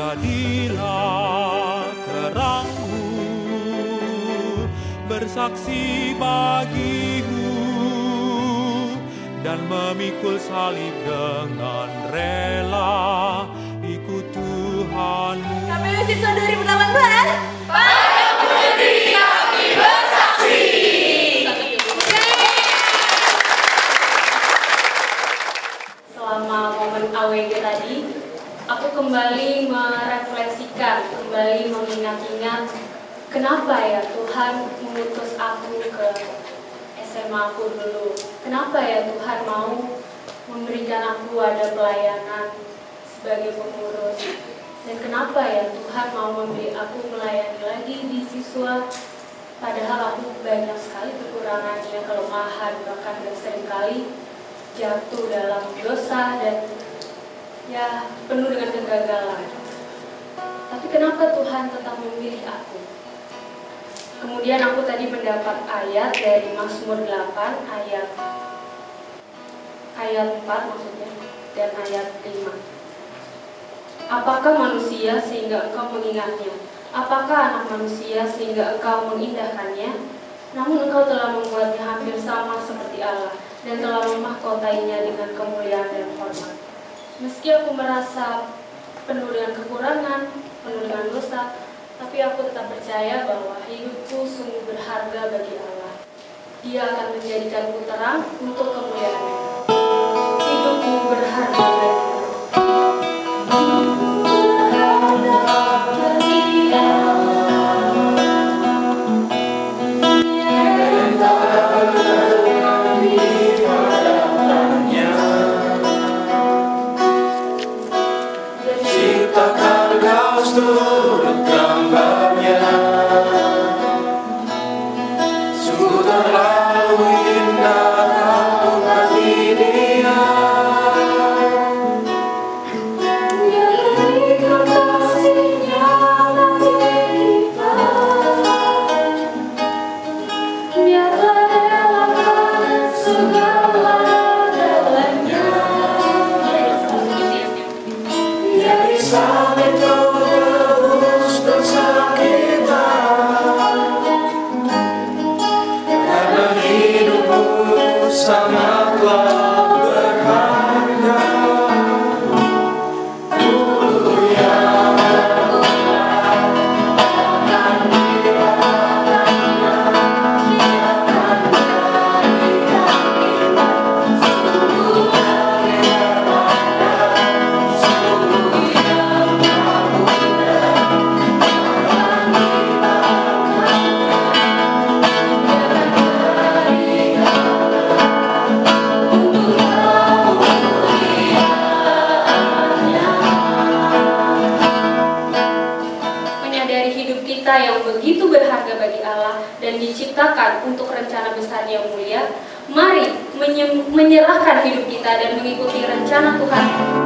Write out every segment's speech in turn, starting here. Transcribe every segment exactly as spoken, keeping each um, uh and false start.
Jadilah terangmu, bersaksi bagimu, dan memikul salib dengan rela ikut Tuhanmu. K P U siswa dua ribu delapan belas, pada putri kami bersaksi. Selama momen A W G tadi, aku kembali merefleksikan, kembali mengingat-ingat kenapa ya Tuhan mengutus aku ke S M A aku dulu. Kenapa ya Tuhan mau memberikan aku ada pelayanan sebagai pengurus. Dan kenapa ya Tuhan mau memberi aku melayani lagi di siswa. Padahal aku banyak sekali kekurangannya, kelemahan, bahkan dan seringkali jatuh dalam dosa dan ya penuh dengan kegagalan. Tapi kenapa Tuhan tetap memilih aku? Kemudian aku tadi mendapat ayat dari Mazmur delapan ayat ayat empat maksudnya dan ayat lima. Apakah manusia sehingga engkau mengingatnya? Apakah anak manusia sehingga engkau mengindahkannya? Namun engkau telah membuatnya hampir sama seperti Allah dan telah memahkotainya dengan kemuliaan dan hormat. Meski aku merasa penuh dengan kekurangan, penuh dengan dosa, tapi aku tetap percaya bahwa hidupku sungguh berharga bagi Allah. Dia akan menjadikanku terang untuk kemuliaan-Nya. Hidupku berharga bagi Allah. Yang begitu berharga bagi Allah dan diciptakan untuk rencana besar yang mulia, mari menyerahkan hidup kita dan mengikuti rencana Tuhan.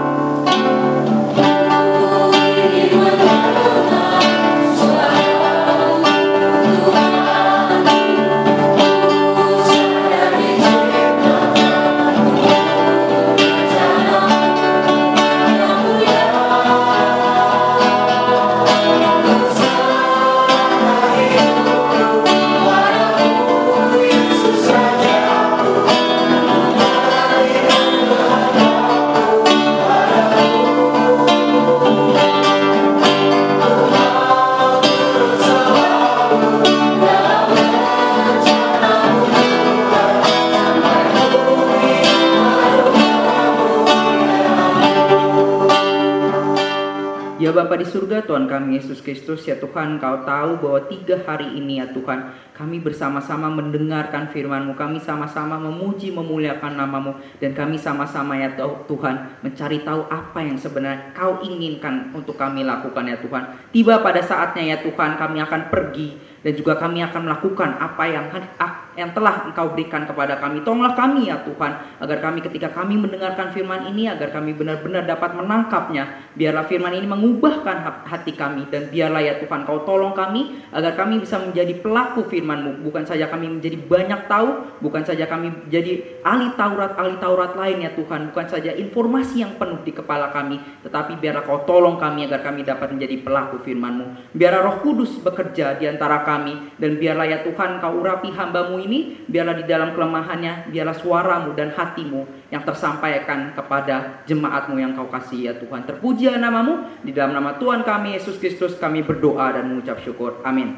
Ya Bapa di surga, Tuhan kami Yesus Kristus, ya Tuhan, Kau tahu bahwa tiga hari ini ya Tuhan, kami bersama-sama mendengarkan firman-Mu, kami sama-sama memuji, memuliakan nama-Mu, dan kami sama-sama ya Tuhan, mencari tahu apa yang sebenarnya Kau inginkan untuk kami lakukan ya Tuhan. Tiba pada saatnya ya Tuhan, kami akan pergi, dan juga kami akan melakukan apa yang yang telah Engkau berikan kepada kami. Tolonglah kami ya Tuhan, agar kami ketika kami mendengarkan firman ini, agar kami benar-benar dapat menangkapnya. Biarlah firman ini mengubahkan hati kami, dan biarlah ya Tuhan Kau tolong kami, agar kami bisa menjadi pelaku firman-Mu. Bukan saja kami menjadi banyak tahu, bukan saja kami menjadi ahli Taurat, ahli Taurat lain ya Tuhan, bukan saja informasi yang penuh di kepala kami, tetapi biarlah Kau tolong kami agar kami dapat menjadi pelaku firman-Mu. Biarlah Roh Kudus bekerja di antara kami, dan biarlah ya Tuhan Kau urapi hamba-Mu ini, biarlah di dalam kelemahannya, biarlah suara-Mu dan hati-Mu yang tersampaikan kepada jemaat-Mu yang Kau kasih ya Tuhan. Terpuji nama-Mu, di dalam nama Tuhan kami Yesus Kristus kami berdoa dan mengucap syukur. Amin.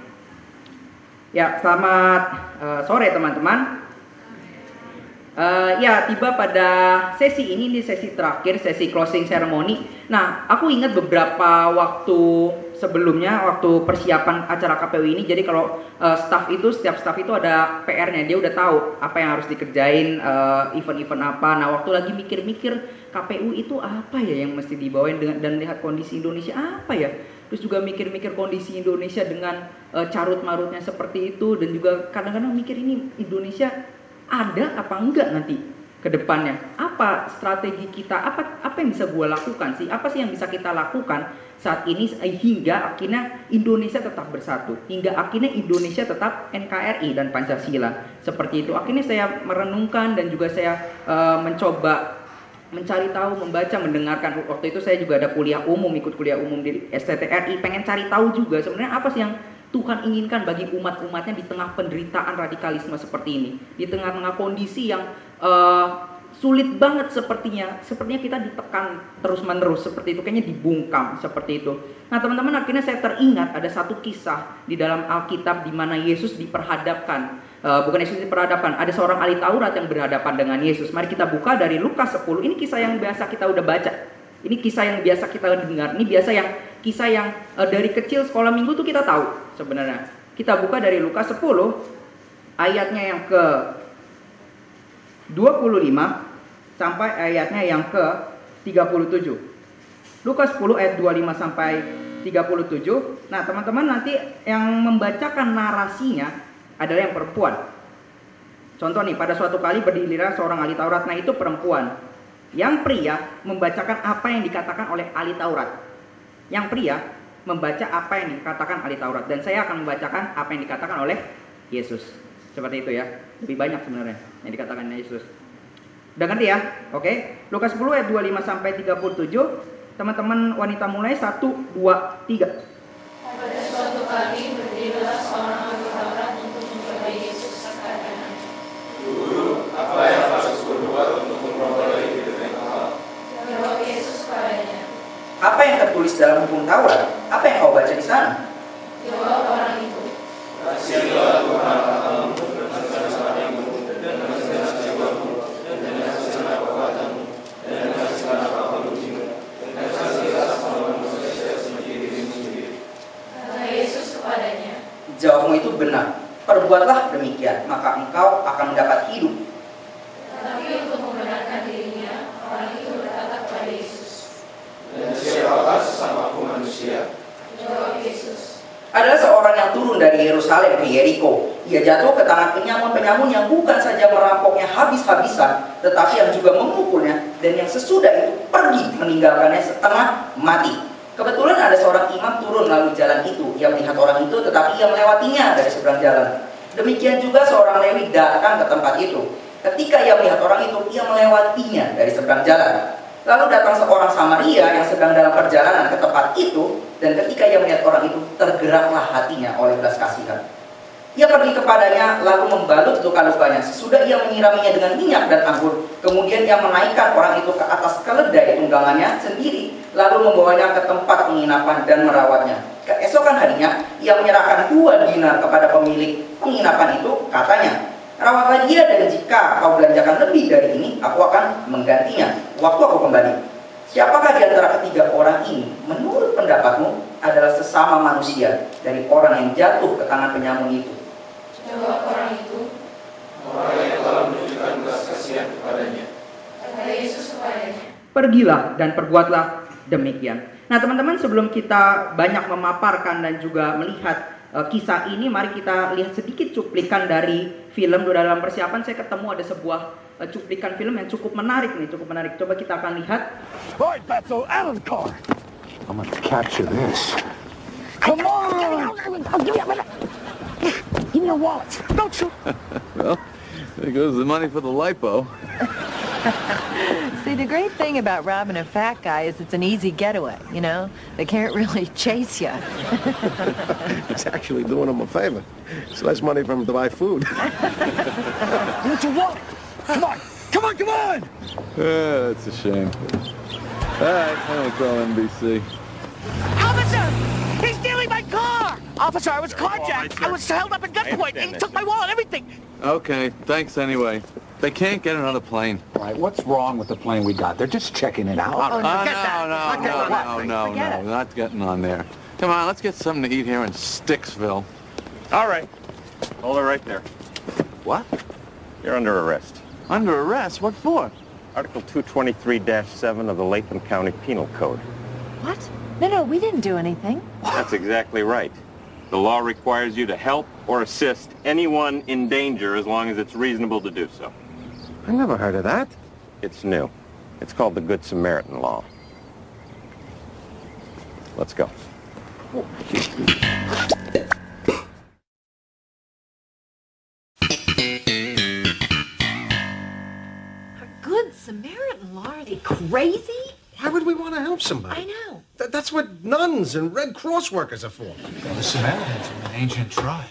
Ya, selamat uh, sore teman-teman. Uh, ya, tiba pada sesi ini, ini sesi terakhir, sesi closing ceremony. Nah, aku ingat beberapa waktu sebelumnya, waktu persiapan acara K P U ini. Jadi kalau uh, staff itu, setiap staff itu ada P R-nya. Dia udah tahu apa yang harus dikerjain, uh, event-event apa. Nah, waktu lagi mikir-mikir K P U itu apa ya yang mesti dibawain dengan, dan lihat kondisi Indonesia apa ya. Terus juga mikir-mikir kondisi Indonesia dengan uh, carut-marutnya seperti itu. Dan juga kadang-kadang mikir ini Indonesia ada apa enggak nanti ke depannya, apa strategi kita, apa apa yang bisa gue lakukan sih, apa sih yang bisa kita lakukan saat ini hingga akhirnya Indonesia tetap bersatu, hingga akhirnya Indonesia tetap N K R I dan Pancasila. Seperti itu akhirnya saya merenungkan dan juga saya uh, mencoba mencari tahu, membaca, mendengarkan. Waktu itu saya juga ada kuliah umum, ikut kuliah umum di S T T R I, pengen cari tahu juga sebenarnya apa sih yang Tuhan inginkan bagi umat-umatnya di tengah penderitaan radikalisme seperti ini, di tengah-tengah kondisi yang uh, sulit banget sepertinya, sepertinya kita ditekan terus-menerus seperti itu, kayaknya dibungkam seperti itu. Nah teman-teman, akhirnya saya teringat ada satu kisah di dalam Alkitab di mana Yesus diperhadapkan, uh, bukan Yesus diperhadapkan, ada seorang ahli Taurat yang berhadapan dengan Yesus. Mari kita buka dari Lukas sepuluh. Ini kisah yang biasa kita udah baca. Ini kisah yang biasa kita dengar. Ini biasa yang kisah yang uh, dari kecil sekolah minggu tuh kita tahu sebenarnya. Kita buka dari Lukas sepuluh ayatnya yang ke dua puluh lima sampai ayatnya yang ke tiga puluh tujuh. Lukas sepuluh ayat dua puluh lima sampai tiga puluh tujuh. Nah, teman-teman nanti yang membacakan narasinya adalah yang perempuan. Contoh nih, pada suatu kali berdirilah seorang ahli Taurat. Nah, itu perempuan. Yang pria membacakan apa yang dikatakan oleh ahli Taurat. Yang pria membaca apa yang dikatakan ahli Taurat. Dan saya akan membacakan apa yang dikatakan oleh Yesus. Seperti itu ya. Lebih banyak sebenarnya yang dikatakan Yesus. Udah ngerti ya? Oke. Lukas sepuluh ayat dua puluh lima sampai tiga puluh tujuh. Teman-teman wanita mulai satu, dua, tiga. Pada suatu kali berdirilah seorang ahli Taurat untuk mencoba Yesus katanya, Guru, apa yang harus berbuat untuk memperoleh hidup yang kekal? Jawab Yesus padanya, apa yang tertulis dalam hukum Taurat? Apa yang kau baca di sana? Jawab orang itu, Kasihilah Tuhan Allahmu dengan segala hatimu, dan dengan segala jiwamu, dan dengan segala kekuatanmu, dan dengan segala akal budimu, dan kasihilah sama manusia seperti dirimu sendiri. kata Yesus kepadanya, Jawabmu itu benar. Perbuatlah demikian, maka engkau akan mendapat hidup. tetapi untuk membenarkan dirinya, orang itu berkata kepada Yesus, Dan siapakah sesamaku manusia? Jawab Yesus, Adalah seorang yang turun dari Yerusalem ke Yeriko. Ia jatuh ke tangan penyamun-penyamun yang bukan saja merampoknya habis-habisan, tetapi yang juga memukulnya, dan yang sesudah itu pergi meninggalkannya setengah mati. Kebetulan ada seorang imam turun melalui jalan itu. Ia melihat orang itu, tetapi ia melewatinya dari seberang jalan. Demikian juga seorang Lewi datang ke tempat itu. Ketika ia melihat orang itu, ia melewatinya dari seberang jalan. Lalu datang seorang Samaria yang sedang dalam perjalanan ke tempat itu, dan ketika ia melihat orang itu, tergeraklah hatinya oleh belas kasihan. Ia pergi kepadanya, lalu membalut luka-lukanya. Sesudah ia menyiraminya dengan minyak dan anggur, kemudian ia menaikkan orang itu ke atas keledai tunggangannya sendiri, lalu membawanya ke tempat penginapan dan merawatnya. Keesokan harinya, ia menyerahkan dua dinar kepada pemilik penginapan itu, katanya, rawatlah dia, dan jika kau belanjakan lebih dari ini, aku akan menggantinya waktu aku kembali. Siapakah di antara ketiga orang ini, menurut pendapatmu, adalah sesama manusia dari orang yang jatuh ke tangan penyamun itu? Jawab orang itu, Orang yang telah menunjukkan belas kasihan kepadanya. kata Yesus kepadanya, Pergilah dan perbuatlah demikian. Nah teman-teman, sebelum kita banyak memaparkan dan juga melihat uh, kisah ini, mari kita lihat sedikit cuplikan dari film. Dalam persiapan saya ketemu ada sebuah uh, cuplikan film yang cukup menarik nih, cukup menarik. Coba kita akan lihat. All right, Fatso, out of the car. I'm gonna capture this. Come on! I'll give you a minute. Give me your wallet. Don't you? Well, there goes the money for the lipo. See, the great thing about robbing a fat guy is it's an easy getaway, you know? They can't really chase you. It's actually doing him a favor. It's less money for him to buy food. Don't you wallet. Come on. Come on, come on! Yeah, that's a shame. All right, I'm gonna call N B C. Officer! He's stealing my car! Officer, I was carjacked. I was held up at gunpoint, and he took my wallet, everything. Okay, thanks anyway. They can't get another plane. All right, what's wrong with the plane we got? They're just checking it out. Oh, no, forget that. no, Forget no, that. no, no, Forget no, it. not getting on there. Come on, let's get something to eat here in Sticksville. All right. Hold it right there. What? You're under arrest. Under arrest? What for? Article two twenty-three dash seven of the Latham County Penal Code. What? No, no, we didn't do anything. That's exactly right. The law requires you to help or assist anyone in danger as long as it's reasonable to do so. I never heard of that. It's new. It's called the Good Samaritan Law. Let's go. Good Samaritan law? Are they crazy? Why would we want to help somebody? I know. Th- that's what nuns and Red Cross workers are for. The Samaritans are an ancient tribe.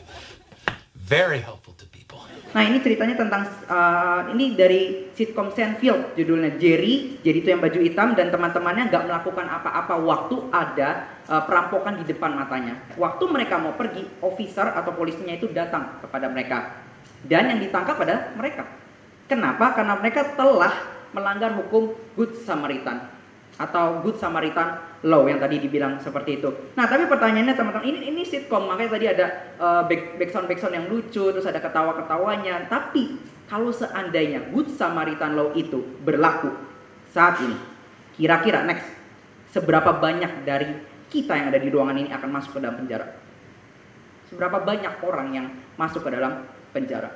Very helpful to people. Nah, ini ceritanya tentang uh, ini dari sitcom Seinfeld, judulnya Jerry. Jadi itu yang baju hitam dan teman-temannya nggak melakukan apa-apa waktu ada uh, perampokan di depan matanya. Waktu mereka mau pergi, officer atau polisinya itu datang kepada mereka dan yang ditangkap adalah mereka. Kenapa? Karena mereka telah melanggar hukum Good Samaritan atau Good Samaritan Law yang tadi dibilang seperti itu. Nah, tapi pertanyaannya teman-teman, ini ini sitcom, makanya tadi ada uh, back, backsound backsound yang lucu, terus ada ketawa-ketawanya. Tapi kalau seandainya Good Samaritan Law itu berlaku saat ini, kira-kira next, seberapa banyak dari kita yang ada di ruangan ini akan masuk ke dalam penjara? Seberapa banyak orang yang masuk ke dalam penjara?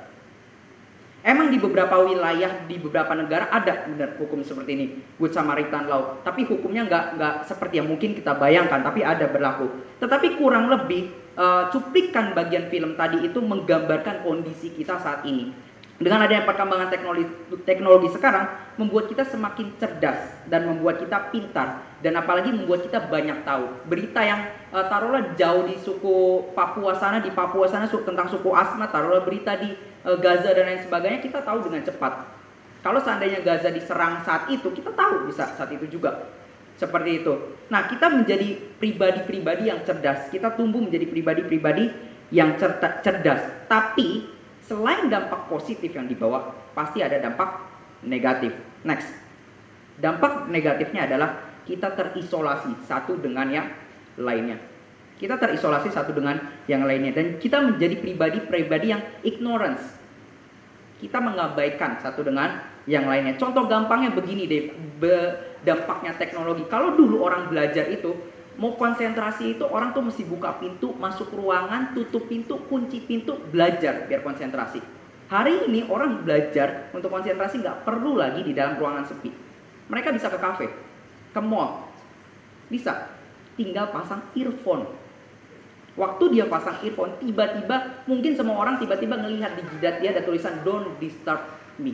Emang di beberapa wilayah, di beberapa negara ada benar hukum seperti ini, Good Samaritan Law. Tapi hukumnya nggak nggak seperti yang mungkin kita bayangkan, tapi ada berlaku. Tetapi kurang lebih uh, cuplikan bagian film tadi itu menggambarkan kondisi kita saat ini. Dengan adanya perkembangan teknologi, teknologi sekarang membuat kita semakin cerdas dan membuat kita pintar dan apalagi membuat kita banyak tahu berita yang uh, taruhlah jauh di suku Papua sana, di Papua sana su- tentang suku Asmat, taruhlah berita di uh, Gaza dan lain sebagainya, kita tahu dengan cepat. Kalau seandainya Gaza diserang saat itu, kita tahu bisa saat itu juga seperti itu. Nah, kita menjadi pribadi-pribadi yang cerdas, kita tumbuh menjadi pribadi-pribadi yang cerda- cerdas, tapi selain dampak positif yang dibawa, pasti ada dampak negatif. Next. Dampak negatifnya adalah kita terisolasi satu dengan yang lainnya. Kita terisolasi satu dengan yang lainnya. Dan kita menjadi pribadi-pribadi yang ignorance. Kita mengabaikan satu dengan yang lainnya. Contoh gampangnya begini deh, be- dampaknya teknologi. Kalau dulu orang belajar itu, mau konsentrasi itu orang tuh mesti buka pintu, masuk ruangan, tutup pintu, kunci pintu, belajar biar konsentrasi. Hari ini orang belajar untuk konsentrasi nggak perlu lagi di dalam ruangan sepi. Mereka bisa ke kafe, ke mall, bisa tinggal pasang earphone. Waktu dia pasang earphone, tiba-tiba mungkin semua orang tiba-tiba ngelihat di jidat dia ada tulisan "Don't disturb me".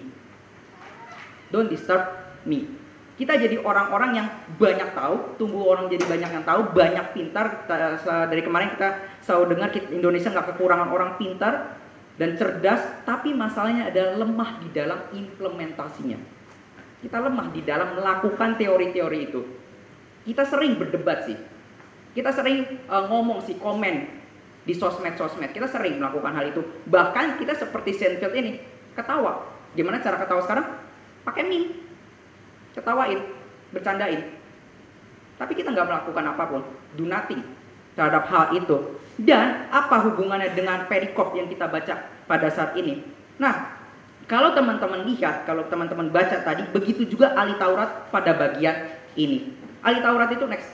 Don't disturb me. Kita jadi orang-orang yang banyak tahu, tumbuh orang jadi banyak yang tahu, banyak pintar. Dari kemarin kita selalu dengar Indonesia nggak kekurangan orang pintar dan cerdas, tapi masalahnya adalah lemah di dalam implementasinya. Kita lemah di dalam melakukan teori-teori itu. Kita sering berdebat sih, kita sering uh, ngomong sih, komen di sosmed-sosmed, kita sering melakukan hal itu. Bahkan kita seperti Seinfeld ini, ketawa. Gimana cara ketawa sekarang? Pakai meme. Ketawain, bercandain. Tapi kita nggak melakukan apapun, do nothing terhadap hal itu. Dan apa hubungannya dengan perikop yang kita baca pada saat ini? Nah, kalau teman-teman lihat, kalau teman-teman baca tadi, begitu juga ahli Taurat pada bagian ini. Ahli Taurat itu next,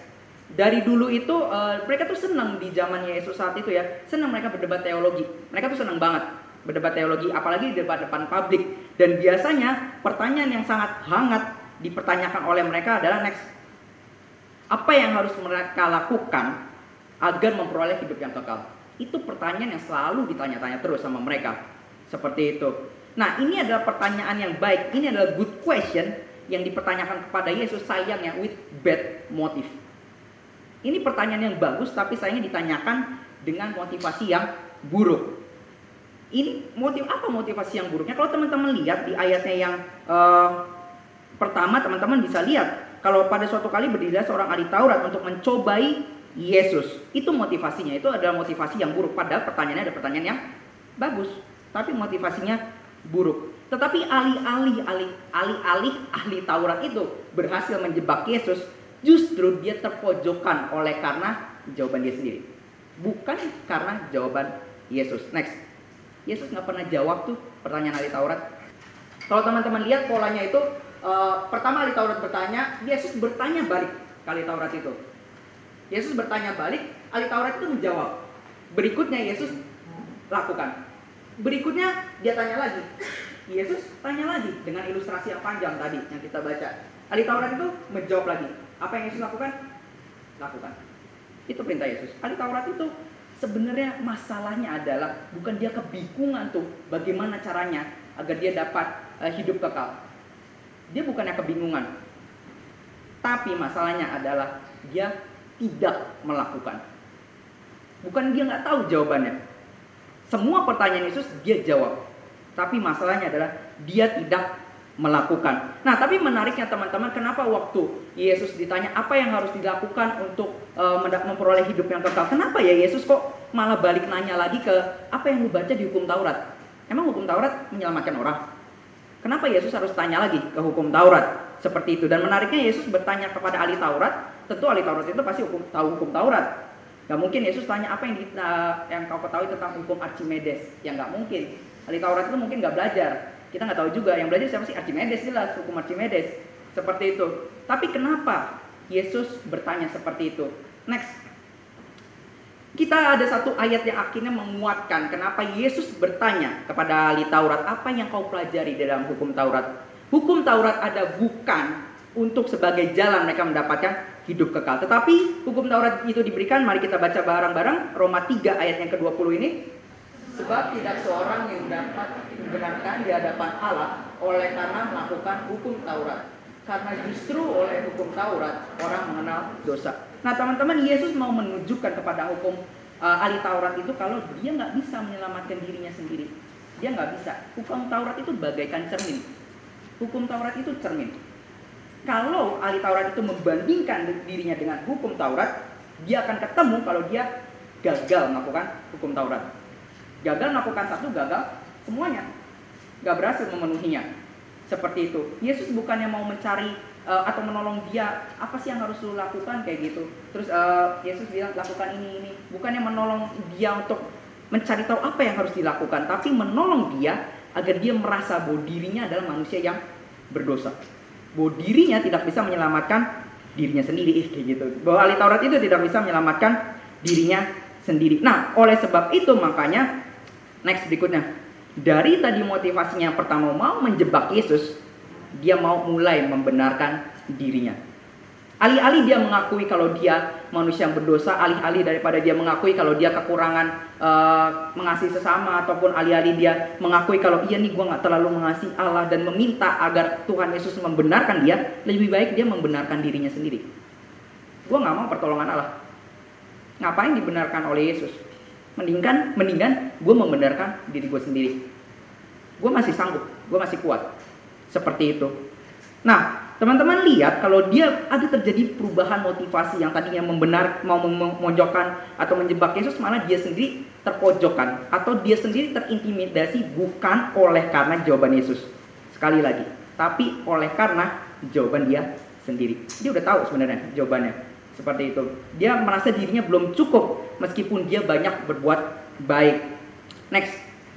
Dari dulu itu uh, mereka tuh senang di zamannya Yesus saat itu ya, senang mereka berdebat teologi. Mereka tuh senang banget berdebat teologi, apalagi di depan-depan publik. Dan biasanya pertanyaan yang sangat hangat dipertanyakan oleh mereka adalah next, apa yang harus mereka lakukan agar memperoleh hidup yang kekal? Itu pertanyaan yang selalu ditanya-tanya terus sama mereka. Seperti itu. Nah, ini adalah pertanyaan yang baik. Ini adalah good question yang dipertanyakan kepada Yesus, sayangnya with bad motive. Ini pertanyaan yang bagus, tapi sayangnya ditanyakan dengan motivasi yang buruk. Ini motif apa motivasi yang buruknya? Kalau teman-teman lihat di ayatnya yang uh, pertama, teman-teman bisa lihat kalau pada suatu kali berdirilah seorang ahli Taurat untuk mencobai Yesus. Itu motivasinya, itu adalah motivasi yang buruk. Padahal pertanyaannya ada pertanyaan yang bagus, tapi motivasinya buruk. Tetapi alih-alih alih alih-alih ahli Taurat itu berhasil menjebak Yesus, justru dia terpojokkan oleh karena jawaban dia sendiri, bukan karena jawaban Yesus. Next. Yesus nggak pernah jawab tuh pertanyaan ahli Taurat. Kalau teman-teman lihat polanya itu, uh, pertama ahli Taurat bertanya, Yesus bertanya balik ke ahli Taurat itu. Yesus bertanya balik, ahli Taurat itu menjawab. Berikutnya Yesus lakukan. Berikutnya dia tanya lagi. Yesus tanya lagi dengan ilustrasi yang panjang tadi yang kita baca. Ahli Taurat itu menjawab lagi. Apa yang Yesus lakukan? Lakukan. Itu perintah Yesus. Ahli Taurat itu sebenarnya masalahnya adalah bukan dia kebingungan tuh bagaimana caranya agar dia dapat uh, hidup kekal. Dia bukannya kebingungan. Tapi masalahnya adalah dia tidak melakukan. Bukan dia nggak tahu jawabannya. Semua pertanyaan Yesus dia jawab. Tapi masalahnya adalah dia tidak melakukan. Nah, tapi menariknya teman-teman, kenapa waktu Yesus ditanya apa yang harus dilakukan untuk uh, memperoleh hidup yang kekal, kenapa ya Yesus kok malah balik nanya lagi ke apa yang lu baca di hukum Taurat? Emang hukum Taurat menyelamatkan orang? Kenapa Yesus harus tanya lagi ke hukum Taurat seperti itu? Dan menariknya Yesus bertanya kepada ahli Taurat, tentu ahli Taurat itu pasti hukum, tahu hukum Taurat. Gak mungkin Yesus tanya apa yang, di, uh, yang kau ketahui tentang hukum Archimedes. Ya gak mungkin. Ahli Taurat itu mungkin gak belajar. Kita nggak tahu juga, yang belajar siapa sih? Archimedes, jelas, hukum Archimedes. Seperti itu. Tapi kenapa Yesus bertanya seperti itu? Next. Kita ada satu ayat yang akhirnya menguatkan kenapa Yesus bertanya kepada ahli Taurat, apa yang kau pelajari dalam hukum Taurat? Hukum Taurat ada bukan untuk sebagai jalan mereka mendapatkan hidup kekal. Tetapi hukum Taurat itu diberikan, mari kita baca bareng-bareng Roma tiga ayat yang kedua puluh ini. Sebab tidak seorang yang dapat dibenarkan di hadapan Allah oleh karena melakukan hukum Taurat. Karena justru oleh hukum Taurat orang mengenal dosa. Nah teman-teman, Yesus mau menunjukkan kepada hukum uh, ahli Taurat itu kalau dia nggak bisa menyelamatkan dirinya sendiri. Dia nggak bisa. Hukum Taurat itu bagaikan cermin. Hukum Taurat itu cermin. Kalau ahli Taurat itu membandingkan dirinya dengan hukum Taurat, dia akan ketemu kalau dia gagal melakukan hukum Taurat. Gagal melakukan satu, gagal semuanya. Gak berhasil memenuhinya. Seperti itu. Yesus bukannya mau mencari uh, atau menolong dia, apa sih yang harus lu lakukan kayak gitu. Terus uh, Yesus bilang lakukan ini ini. Bukannya menolong dia untuk mencari tahu apa yang harus dilakukan, tapi menolong dia agar dia merasa bahwa dirinya adalah manusia yang berdosa. Bahwa dirinya tidak bisa menyelamatkan dirinya sendiri, kayak gitu. Bahwa ahli Taurat itu tidak bisa menyelamatkan dirinya sendiri. Nah, oleh sebab itu makanya next berikutnya, dari tadi motivasinya yang pertama mau menjebak Yesus, dia mau mulai membenarkan dirinya. Alih-alih dia mengakui kalau dia manusia yang berdosa, alih-alih daripada dia mengakui kalau dia kekurangan uh, mengasihi sesama, ataupun alih-alih dia mengakui kalau iya nih gue gak terlalu mengasihi Allah dan meminta agar Tuhan Yesus membenarkan dia, lebih baik dia membenarkan dirinya sendiri. Gue gak mau pertolongan Allah. Ngapain dibenarkan oleh Yesus? Mendingan, mendingan gue membenarkan diri gue sendiri. Gue masih sanggup, gue masih kuat. Seperti itu. Nah, teman-teman lihat kalau dia ada terjadi perubahan motivasi yang tadinya membenar, mau memojokkan atau menjebak Yesus, malah dia sendiri terpojokkan atau dia sendiri terintimidasi bukan oleh karena jawaban Yesus. Sekali lagi, tapi oleh karena jawaban dia sendiri. Dia udah tahu sebenarnya jawabannya. Seperti itu. Dia merasa dirinya belum cukup meskipun dia banyak berbuat baik. Next.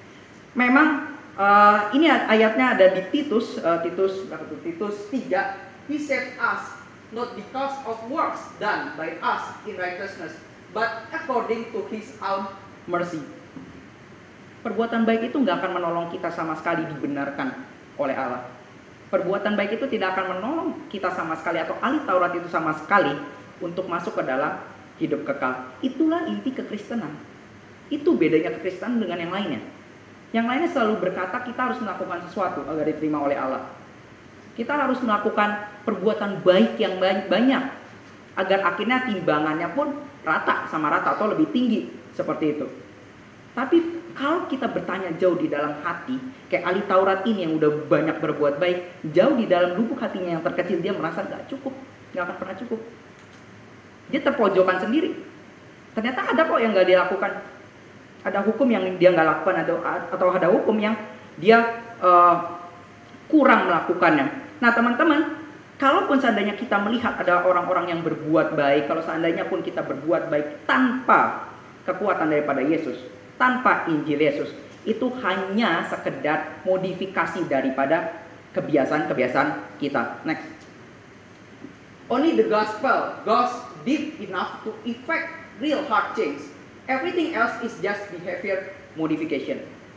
Memang uh, ini ayatnya ada di Titus, uh, Titus, Titus tiga. He saved us not because of works done by us in righteousness, but according to His own mercy. Perbuatan baik itu nggak akan menolong kita sama sekali dibenarkan oleh Allah. Perbuatan baik itu tidak akan menolong kita sama sekali, atau ahli Taurat itu sama sekali untuk masuk ke dalam hidup kekal. Itulah inti kekristenan. Itu bedanya kekristenan dengan yang lainnya. Yang lainnya selalu berkata kita harus melakukan sesuatu agar diterima oleh Allah. Kita harus melakukan perbuatan baik yang banyak agar akhirnya timbangannya pun rata sama rata atau lebih tinggi seperti itu. Tapi kalau kita bertanya jauh di dalam hati, kayak ahli Taurat ini yang udah banyak berbuat baik, jauh di dalam lubuk hatinya yang terkecil dia merasa gak cukup, gak akan pernah cukup. Dia terpojokan sendiri. Ternyata ada kok yang gak dia lakukan. Ada hukum yang dia gak lakukan, atau, atau ada hukum yang dia uh, kurang melakukannya. Nah teman-teman, kalaupun seandainya kita melihat ada orang-orang yang berbuat baik, kalau seandainya pun kita berbuat baik tanpa kekuatan daripada Yesus, tanpa Injil Yesus, itu hanya sekedar modifikasi daripada kebiasaan-kebiasaan kita. Next. Only the gospel goes deep enough to effect real heart change. Everything else is just behavior modification.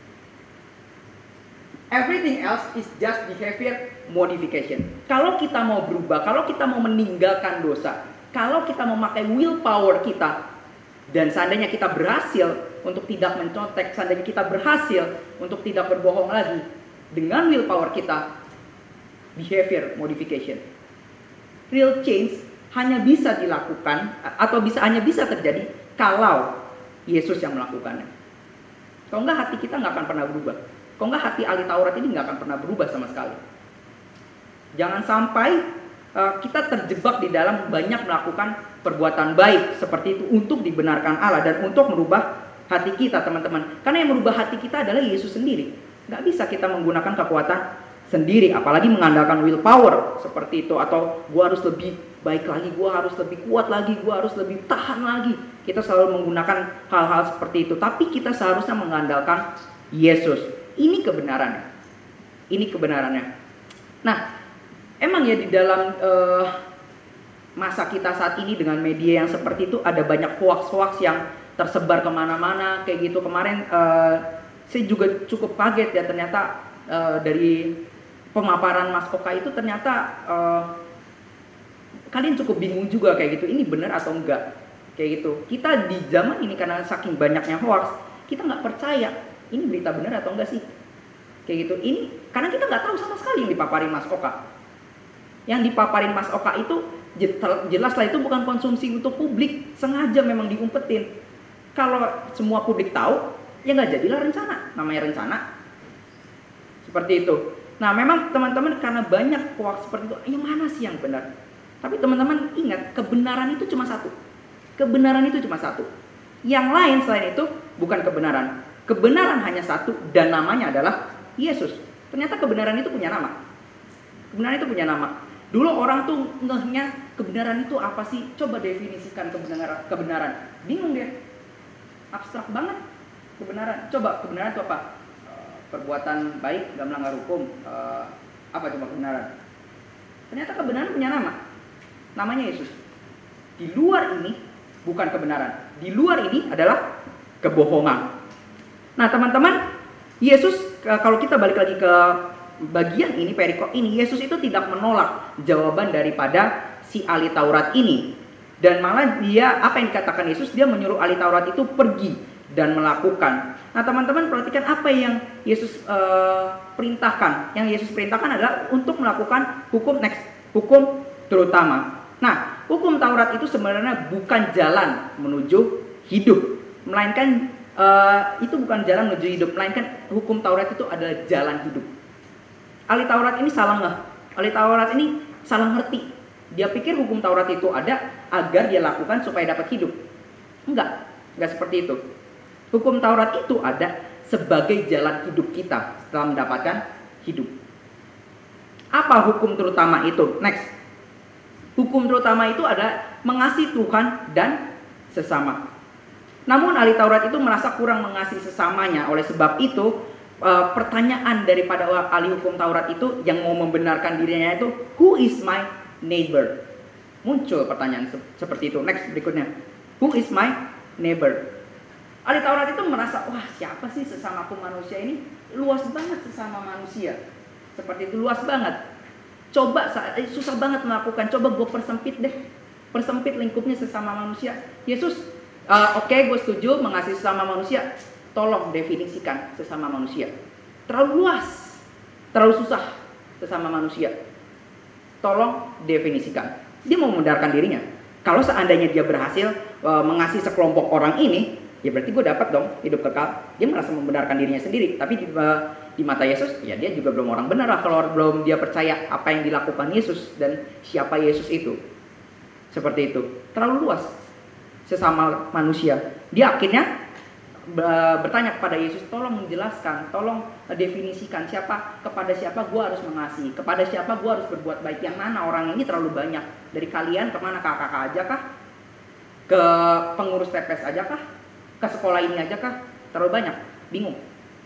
Everything else is just behavior modification. Kalau kita mau berubah, kalau kita mau meninggalkan dosa, kalau kita memakai willpower kita, dan seandainya kita berhasil untuk tidak mencontek, seandainya kita berhasil untuk tidak berbohong lagi, dengan willpower kita, behavior modification. Real change hanya bisa dilakukan, atau bisa hanya bisa terjadi kalau Yesus yang melakukannya. Kalau enggak, hati kita nggak akan pernah berubah. Kalau enggak, hati ahli Taurat ini nggak akan pernah berubah sama sekali. Jangan sampai uh, kita terjebak di dalam banyak melakukan perbuatan baik seperti itu untuk dibenarkan Allah dan untuk merubah hati kita, teman-teman. Karena yang merubah hati kita adalah Yesus sendiri. Nggak bisa kita menggunakan kekuatan sendiri, apalagi mengandalkan willpower seperti itu. Atau gua harus lebih baik lagi, gua harus lebih kuat lagi, gua harus lebih tahan lagi. Kita selalu menggunakan hal-hal seperti itu. Tapi kita seharusnya mengandalkan Yesus. Ini kebenarannya. Ini kebenarannya. Nah, emang ya di dalam uh, masa kita saat ini dengan media yang seperti itu ada banyak hoax-hoax yang tersebar kemana-mana kayak gitu. Kemarin uh, saya juga cukup kaget ya, ternyata uh, dari pemaparan Mas Oka itu ternyata uh, kalian cukup bingung juga kayak gitu. Ini benar atau enggak kayak gitu. Kita di zaman ini karena saking banyaknya hoax, kita nggak percaya ini berita benar atau enggak sih kayak gitu. Ini karena kita nggak tahu sama sekali yang dipaparin Mas Oka. Yang dipaparin Mas Oka itu jelaslah itu bukan konsumsi untuk publik, sengaja memang diumpetin. Kalau semua publik tahu, ya nggak jadilah rencana, namanya rencana. Seperti itu. Nah memang teman-teman karena banyak hoax seperti itu, yang mana sih yang benar? Tapi teman-teman ingat, kebenaran itu cuma satu. Kebenaran itu cuma satu. Yang lain selain itu bukan kebenaran. Kebenaran hanya satu dan namanya adalah Yesus. Ternyata kebenaran itu punya nama. Kebenaran itu punya nama. Dulu orang tuh ngehnya kebenaran itu apa sih? Coba definisikan kebenaran. Kebenaran. Bingung dia. Abstrak banget kebenaran. Coba kebenaran itu apa? Perbuatan baik, gak melanggar hukum. Uh, apa coba kebenaran? Ternyata kebenaran punya nama. Namanya Yesus. Di luar ini bukan kebenaran. Di luar ini adalah kebohongan. Nah teman-teman, Yesus kalau kita balik lagi ke bagian ini, perikop ini, Yesus itu tidak menolak jawaban daripada si ahli Taurat ini. Dan malah dia, apa yang dikatakan Yesus, dia menyuruh ahli Taurat itu pergi dan melakukan. Nah teman-teman perhatikan apa yang Yesus uh, perintahkan. Yang Yesus perintahkan adalah untuk melakukan hukum next, hukum terutama. Nah hukum Taurat itu sebenarnya bukan jalan menuju hidup, melainkan uh, itu bukan jalan menuju hidup, melainkan hukum Taurat itu adalah jalan hidup. Ahli Taurat ini salah ngeh, ahli Taurat ini salah ngerti. Dia pikir hukum Taurat itu ada agar dia lakukan supaya dapat hidup. Enggak, enggak seperti itu. Hukum Taurat itu ada sebagai jalan hidup kita setelah mendapatkan hidup. Apa hukum terutama itu? Next. Hukum terutama itu adalah mengasihi Tuhan dan sesama. Namun ahli Taurat itu merasa kurang mengasihi sesamanya. Oleh sebab itu, uh, pertanyaan daripada ahli hukum Taurat itu yang mau membenarkan dirinya itu, who is my neighbor? muncul pertanyaan se- seperti itu. Next, berikutnya. Who is my neighbor? Ahli Taurat itu merasa, wah siapa sih sesamaku manusia ini? Luas banget sesama manusia. Seperti itu, luas banget. Coba, eh, susah banget melakukan. Coba gue persempit deh. Persempit lingkupnya sesama manusia. Yesus, uh, oke okay, gue setuju mengasihi sesama manusia. Tolong definisikan sesama manusia. Terlalu luas. Terlalu susah sesama manusia. Tolong definisikan. Dia mau membenarkan dirinya. Kalau seandainya dia berhasil uh, mengasihi sekelompok orang ini, ya berarti gue dapat dong hidup kekal. Dia merasa membenarkan dirinya sendiri. Tapi di, uh, di mata Yesus, ya dia juga belum orang benar lah kalau belum dia percaya apa yang dilakukan Yesus dan siapa Yesus itu. Seperti itu. Terlalu luas sesama manusia. Dia akhirnya uh, bertanya kepada Yesus, tolong menjelaskan, tolong uh, definisikan siapa, kepada siapa gue harus mengasihi, kepada siapa gue harus berbuat baik. Yang mana orang ini terlalu banyak. Dari kalian kemana, kakak-kakak aja kah? Ke pengurus T P S aja kah? Ke sekolah ini aja kah? Terlalu banyak, bingung.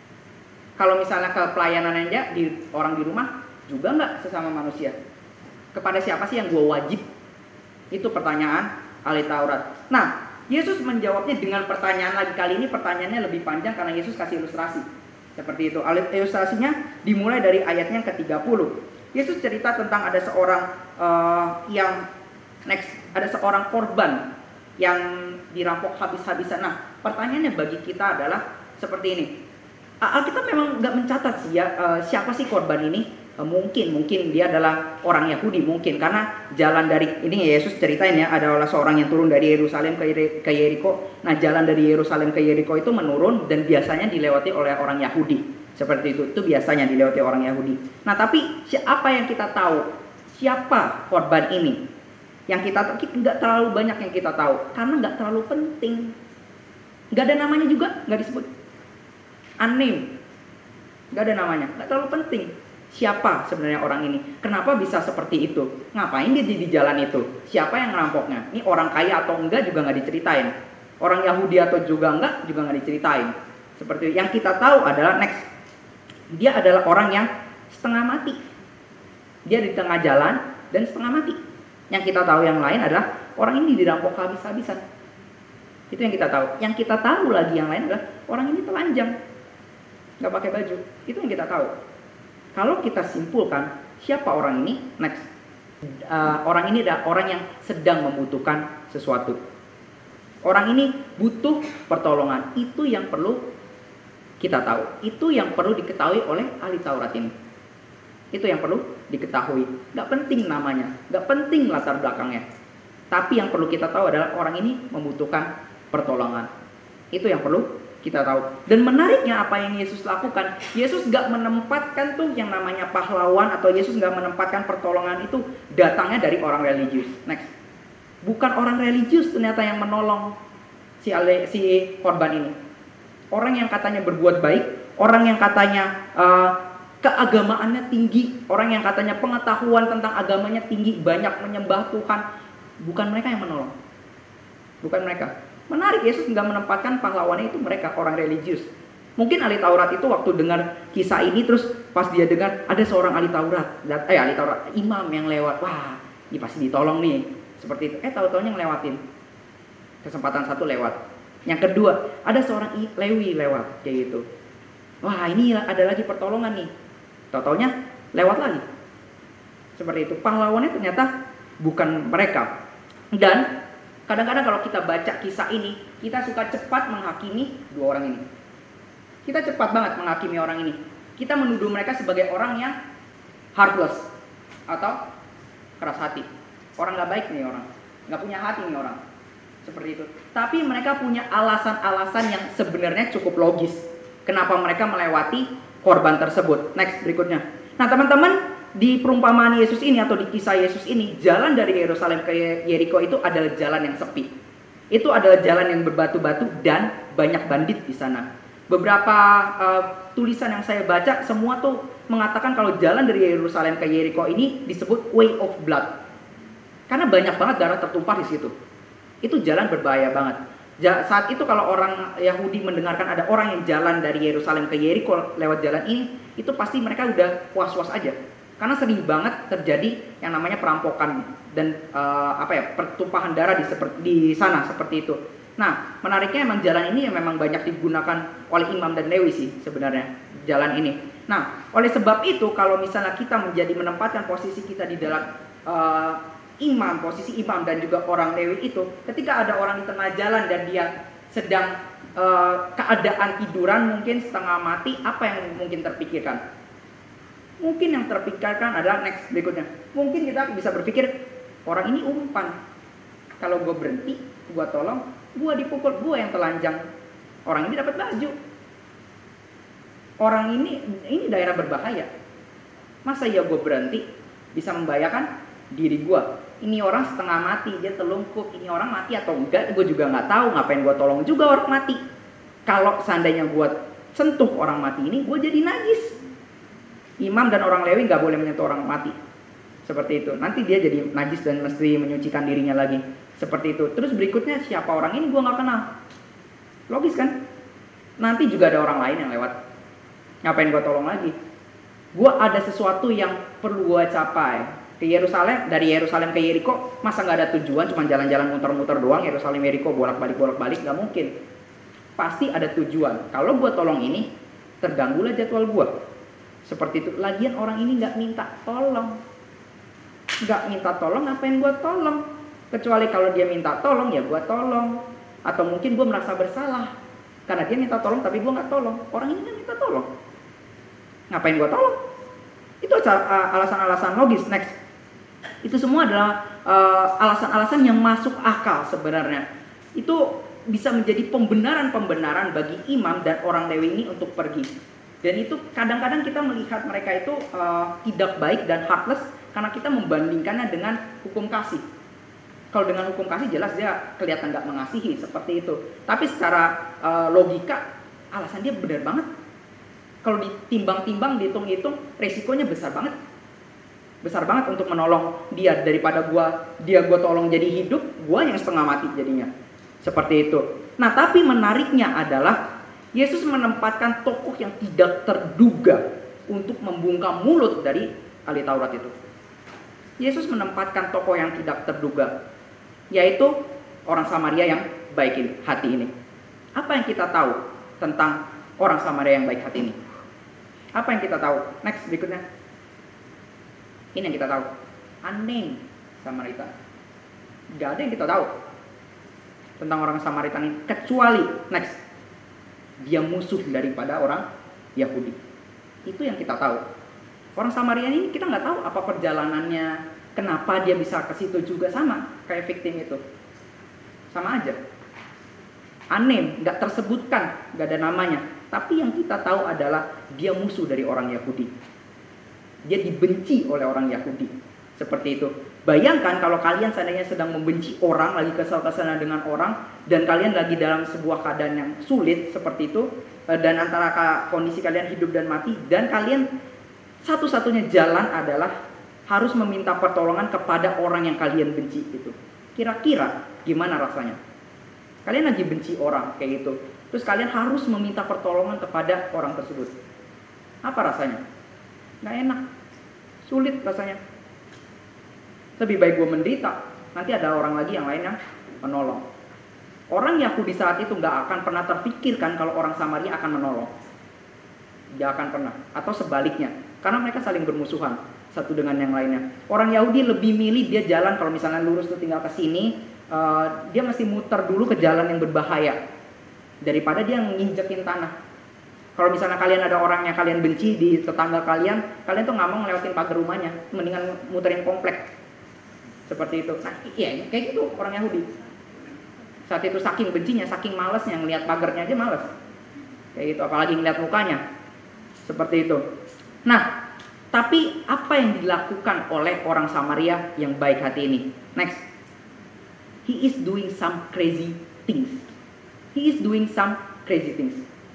Kalau misalnya ke pelayanan aja, di, orang di rumah juga nggak sesama manusia. Kepada siapa sih yang gue wajib? Itu pertanyaan ahli Taurat. Nah, Yesus menjawabnya dengan pertanyaan lagi. Kali ini pertanyaannya lebih panjang karena Yesus kasih ilustrasi. Seperti itu. Ilustrasinya dimulai dari ayatnya ke tiga puluh. Yesus cerita tentang ada seorang uh, yang next, ada seorang korban yang dirampok habis-habisan. Nah, pertanyaannya bagi kita adalah seperti ini. Alkitab memang nggak mencatat sih ya uh, siapa sih korban ini. Uh, mungkin mungkin dia adalah orang Yahudi mungkin karena jalan dari ini Yesus ceritain ya adalah seorang yang turun dari Yerusalem ke ke Yeriko. Nah, jalan dari Yerusalem ke Yeriko itu menurun dan biasanya dilewati oleh orang Yahudi. Seperti itu, itu biasanya dilewati orang Yahudi. Nah, tapi siapa yang kita tahu? Siapa korban ini? Yang kita nggak terlalu banyak yang kita tahu, karena nggak terlalu penting. Nggak ada namanya juga, nggak disebut. Unnamed, nggak ada namanya, nggak terlalu penting. Siapa sebenarnya orang ini? Kenapa bisa seperti itu? Ngapain dia di jalan itu? Siapa yang ngerampoknya? Ini orang kaya atau enggak juga nggak diceritain. Orang Yahudi atau juga enggak juga nggak diceritain. Seperti yang kita tahu adalah next. Dia adalah orang yang setengah mati. Dia di tengah jalan dan setengah mati. Yang kita tahu yang lain adalah orang ini dirampok habis-habisan. Itu yang kita tahu. Yang kita tahu lagi yang lain adalah orang ini telanjang, nggak pakai baju. Itu yang kita tahu. Kalau kita simpulkan siapa orang ini, next. Uh, orang ini adalah orang yang sedang membutuhkan sesuatu. Orang ini butuh pertolongan. Itu yang perlu kita tahu. Itu yang perlu diketahui oleh ahli Taurat ini. Itu yang perlu diketahui. Gak penting namanya, gak penting latar belakangnya. Tapi yang perlu kita tahu adalah orang ini membutuhkan pertolongan. Itu yang perlu kita tahu. Dan menariknya apa yang Yesus lakukan, Yesus gak menempatkan tuh yang namanya pahlawan, atau Yesus gak menempatkan pertolongan itu datangnya dari orang religius. Next. Bukan orang religius ternyata yang menolong si, ale, si korban ini. Orang yang katanya berbuat baik, orang yang katanya uh, keagamaannya tinggi, orang yang katanya pengetahuan tentang agamanya tinggi, banyak menyembah Tuhan, bukan mereka yang menolong. Bukan mereka. Menarik, Yesus nggak menempatkan pahlawannya itu mereka, orang religius. Mungkin ahli Taurat itu waktu dengar kisah ini, terus pas dia dengar ada seorang ahli Taurat, eh ahli Taurat, imam yang lewat, wah, ini pasti ditolong nih, seperti itu. Eh tahu-taunya ngelewatin. Kesempatan satu lewat. Yang kedua, ada seorang Lewi lewat kayak gitu. Wah, ini ada lagi pertolongan nih. Tahu-taunya lewat lagi. Seperti itu. Pahlawannya ternyata bukan mereka. Dan kadang-kadang kalau kita baca kisah ini, kita suka cepat menghakimi dua orang ini. Kita cepat banget menghakimi orang ini. Kita menuduh mereka sebagai orang yang heartless atau keras hati. Orang gak baik nih orang, gak punya hati nih orang. Seperti itu. Tapi mereka punya alasan-alasan yang sebenarnya cukup logis. Kenapa mereka melewati korban tersebut. Next, berikutnya. Nah teman-teman, di perumpamaan Yesus ini atau di kisah Yesus ini, jalan dari Yerusalem ke Yeriko itu adalah jalan yang sepi. Itu adalah jalan yang berbatu-batu dan banyak bandit di sana. Beberapa uh, tulisan yang saya baca, semua tuh mengatakan kalau jalan dari Yerusalem ke Yeriko ini disebut Way of Blood. Karena banyak banget darah tertumpah di situ. Itu jalan berbahaya banget. Saat itu kalau orang Yahudi mendengarkan ada orang yang jalan dari Yerusalem ke Yeriko lewat jalan ini, itu pasti mereka udah was-was aja. Karena sering banget terjadi yang namanya perampokan dan uh, apa ya pertumpahan darah di seperti di sana seperti itu. Nah, menariknya emang jalan ini yang memang banyak digunakan oleh Imam dan Lewi sih sebenarnya jalan ini. Nah, oleh sebab itu kalau misalnya kita menjadi menempatkan posisi kita di dalam uh, imam, posisi imam dan juga orang Lewi itu, ketika ada orang di tengah jalan dan dia sedang uh, keadaan tiduran mungkin setengah mati, apa yang mungkin terpikirkan? Mungkin yang terpikirkan adalah next berikutnya. Mungkin kita bisa berpikir, orang ini umpan. Kalau gue berhenti, gue tolong, gue dipukul, gue yang telanjang. Orang ini dapat baju. Orang ini, ini daerah berbahaya. Masa ya gue berhenti, bisa membahayakan diri gue. Ini orang setengah mati, dia telungkup. Ini orang mati atau enggak, gue juga nggak tahu. Ngapain gue tolong juga orang mati. Kalau seandainya gue sentuh orang mati ini, gue jadi najis. Imam dan orang Lewi nggak boleh menyentuh orang mati. Seperti itu. Nanti dia jadi najis dan mesti menyucikan dirinya lagi. Seperti itu. Terus berikutnya siapa orang ini gue nggak kenal. Logis kan? Nanti juga ada orang lain yang lewat. Ngapain gue tolong lagi? Gue ada sesuatu yang perlu gue capai. Ke Yerusalem, dari Yerusalem ke Yeriko, masa nggak ada tujuan? Cuma jalan-jalan muter-muter doang. Yerusalem Yeriko bolak-balik bolak-balik nggak mungkin. Pasti ada tujuan. Kalau gue tolong ini, terganggulah jadwal gue. Seperti itu. Lagian orang ini nggak minta tolong, nggak minta tolong, ngapain gue tolong? Kecuali kalau dia minta tolong, ya gue tolong. Atau mungkin gue merasa bersalah karena dia minta tolong, tapi gue nggak tolong. Orang ini nggak minta tolong, ngapain gue tolong? Itu alasan-alasan logis. Next, itu semua adalah uh, alasan-alasan yang masuk akal sebenarnya. Itu bisa menjadi pembenaran-pembenaran bagi imam dan orang Lewi ini untuk pergi. Dan itu kadang-kadang kita melihat mereka itu uh, tidak baik dan heartless karena kita membandingkannya dengan hukum kasih. Kalau dengan hukum kasih jelas dia kelihatan nggak mengasihi seperti itu. Tapi secara uh, logika alasan dia benar banget. Kalau ditimbang-timbang, dihitung-hitung, resikonya besar banget. Besar banget untuk menolong dia daripada gua dia gua tolong jadi hidup, gua yang setengah mati jadinya. Seperti itu. Nah, tapi menariknya adalah Yesus menempatkan tokoh yang tidak terduga untuk membungkam mulut dari ahli Taurat itu. Yesus menempatkan tokoh yang tidak terduga, yaitu orang Samaria yang baik hati ini. Apa yang kita tahu tentang orang Samaria yang baik hati ini? Apa yang kita tahu? Next, berikutnya. Ini yang kita tahu. Unnamed Samaritan. Gak ada yang kita tahu tentang orang Samaritan ini, kecuali next, dia musuh daripada orang Yahudi. Itu yang kita tahu. Orang Samaria ini kita nggak tahu apa perjalanannya, kenapa dia bisa ke situ juga, sama kayak victim itu. Sama aja. Unnamed, nggak tersebutkan, nggak ada namanya. Tapi yang kita tahu adalah dia musuh dari orang Yahudi. Dia dibenci oleh orang Yahudi. Seperti itu. Bayangkan kalau kalian seandainya sedang membenci orang, lagi kesal-kesalan dengan orang, dan kalian lagi dalam sebuah keadaan yang sulit seperti itu, dan antara kondisi kalian hidup dan mati, dan kalian satu-satunya jalan adalah harus meminta pertolongan kepada orang yang kalian benci itu. Kira-kira gimana rasanya? Kalian lagi benci orang kayak gitu, terus kalian harus meminta pertolongan kepada orang tersebut. Apa rasanya? Nggak enak, sulit rasanya. Lebih baik gue menderita, nanti ada orang lagi yang lain yang menolong. Orang Yahudi saat itu gak akan pernah terfikirkan kalau orang Samaria akan menolong. Gak akan pernah. Atau sebaliknya, karena mereka saling bermusuhan satu dengan yang lainnya. Orang Yahudi lebih milih dia jalan, kalau misalnya lurus tuh tinggal ke sini, uh, dia mesti muter dulu ke jalan yang berbahaya daripada dia nginjekin tanah. Kalau misalnya kalian ada orang yang kalian benci di tetangga kalian, kalian tuh gak mau ngelewatin pagar rumahnya, mendingan muterin komplek. Seperti itu. Nah, iya, kayak gitu orang Yahudi. Saat itu saking bencinya, saking malesnya, ngelihat pagarnya aja males. Kayak gitu, apalagi ngelihat mukanya. Seperti itu. Nah, tapi apa yang dilakukan oleh orang Samaria yang baik hati ini? Next. He is doing some crazy things. He is doing some crazy things.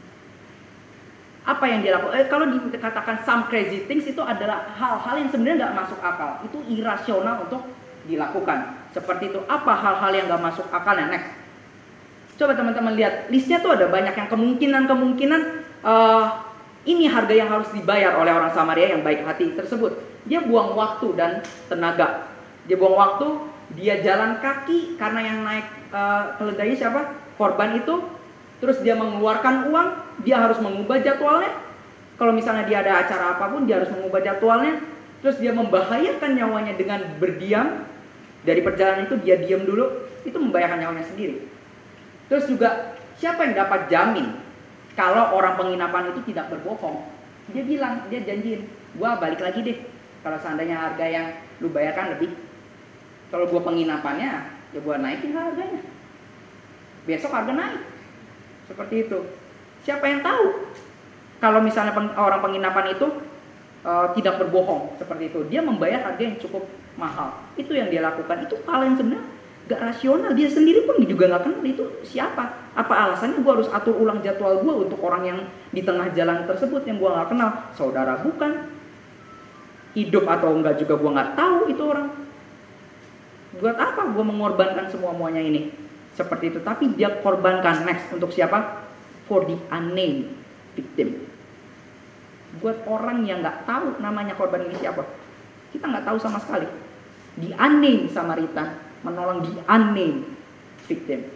Apa yang dia lakukan? Eh, kalau dikatakan some crazy things itu adalah hal-hal yang sebenarnya nggak masuk akal. Itu irasional untuk dilakukan. Seperti itu. Apa hal-hal yang gak masuk akalnya? Next. Coba teman-teman lihat. Listnya tuh ada banyak yang kemungkinan-kemungkinan uh, ini harga yang harus dibayar oleh orang Samaria yang baik hati tersebut. Dia buang waktu dan tenaga. Dia buang waktu, dia jalan kaki karena yang naik uh, keledainya siapa? Korban itu. Terus dia mengeluarkan uang, dia harus mengubah jadwalnya. Kalau misalnya dia ada acara apapun, dia harus mengubah jadwalnya. Terus dia membahayakan nyawanya dengan berdiam. Dari perjalanan itu dia diam dulu, itu membahayakan nyawanya sendiri. Terus juga siapa yang dapat jamin kalau orang penginapan itu tidak berbohong? Dia bilang, dia janjiin, gua balik lagi deh. Kalau seandainya harga yang lu bayarkan lebih. Kalau gua penginapannya, ya gua naikin harganya. Besok harga naik. Seperti itu. Siapa yang tahu? Kalau misalnya peng, orang penginapan itu uh, tidak berbohong seperti itu, dia membayar harga yang cukup mahal. Itu yang dia lakukan. Itu hal yang sebenarnya gak rasional. Dia sendiri pun juga gak kenal itu siapa. Apa alasannya gue harus atur ulang jadwal gue untuk orang yang di tengah jalan tersebut yang gue gak kenal? Saudara bukan. Hidup atau enggak juga gue gak tahu itu orang. Buat apa gue mengorbankan semua-muanya ini? Seperti itu. Tapi dia korbankan next untuk siapa? For the unnamed victim. Buat orang yang gak tahu namanya korban ini siapa. Kita gak tahu sama sekali. The unnamed Samaritan menolong the unnamed victim.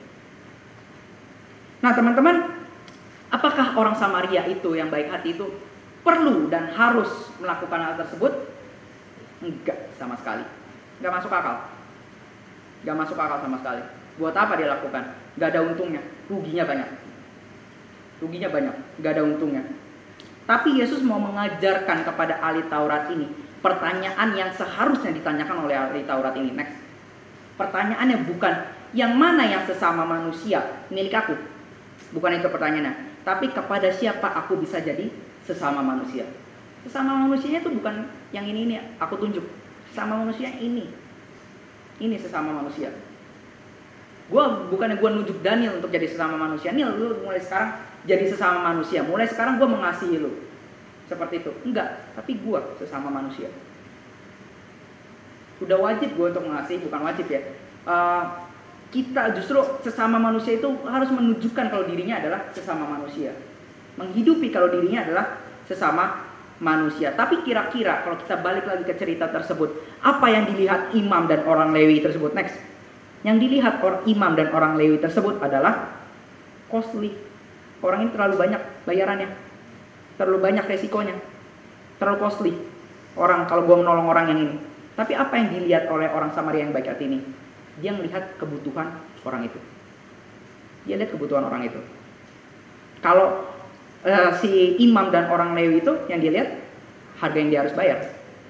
Nah teman-teman, apakah orang Samaria itu yang baik hati itu perlu dan harus melakukan hal tersebut? Enggak sama sekali. Enggak masuk akal. Enggak masuk akal sama sekali. Buat apa dia lakukan? Enggak ada untungnya. Ruginya banyak. Ruginya banyak. Enggak ada untungnya. Tapi Yesus mau mengajarkan kepada ahli Taurat ini pertanyaan yang seharusnya ditanyakan oleh ahli Taurat ini. Next. Pertanyaannya bukan yang mana yang sesama manusia milik aku. Bukan itu pertanyaannya. Tapi kepada siapa aku bisa jadi sesama manusia. Sesama manusianya itu bukan yang ini ini aku tunjuk. Sesama manusia ini. Ini sesama manusia. Gue bukannya gue nunjuk Daniel untuk jadi sesama manusia. Nih lu mulai sekarang jadi sesama manusia. Mulai sekarang gue mengasihi lu. Seperti itu. Enggak. Tapi gue sesama manusia. Udah wajib gue untuk mengasihi. Bukan wajib ya. Uh, kita justru sesama manusia itu harus menunjukkan kalau dirinya adalah sesama manusia. Menghidupi kalau dirinya adalah sesama manusia. Tapi kira-kira kalau kita balik lagi ke cerita tersebut, apa yang dilihat imam dan orang Lewi tersebut? Next. Yang dilihat orang imam dan orang Lewi tersebut adalah costly. Orang ini terlalu banyak bayarannya, terlalu banyak resikonya, terlalu costly. Orang kalau gue menolong orang yang ini. Tapi apa yang dilihat oleh orang Samaria yang baik hati ini? Dia melihat kebutuhan orang itu. Dia lihat kebutuhan orang itu. Kalau uh, si imam dan orang Lewi itu yang dia lihat harga yang dia harus bayar,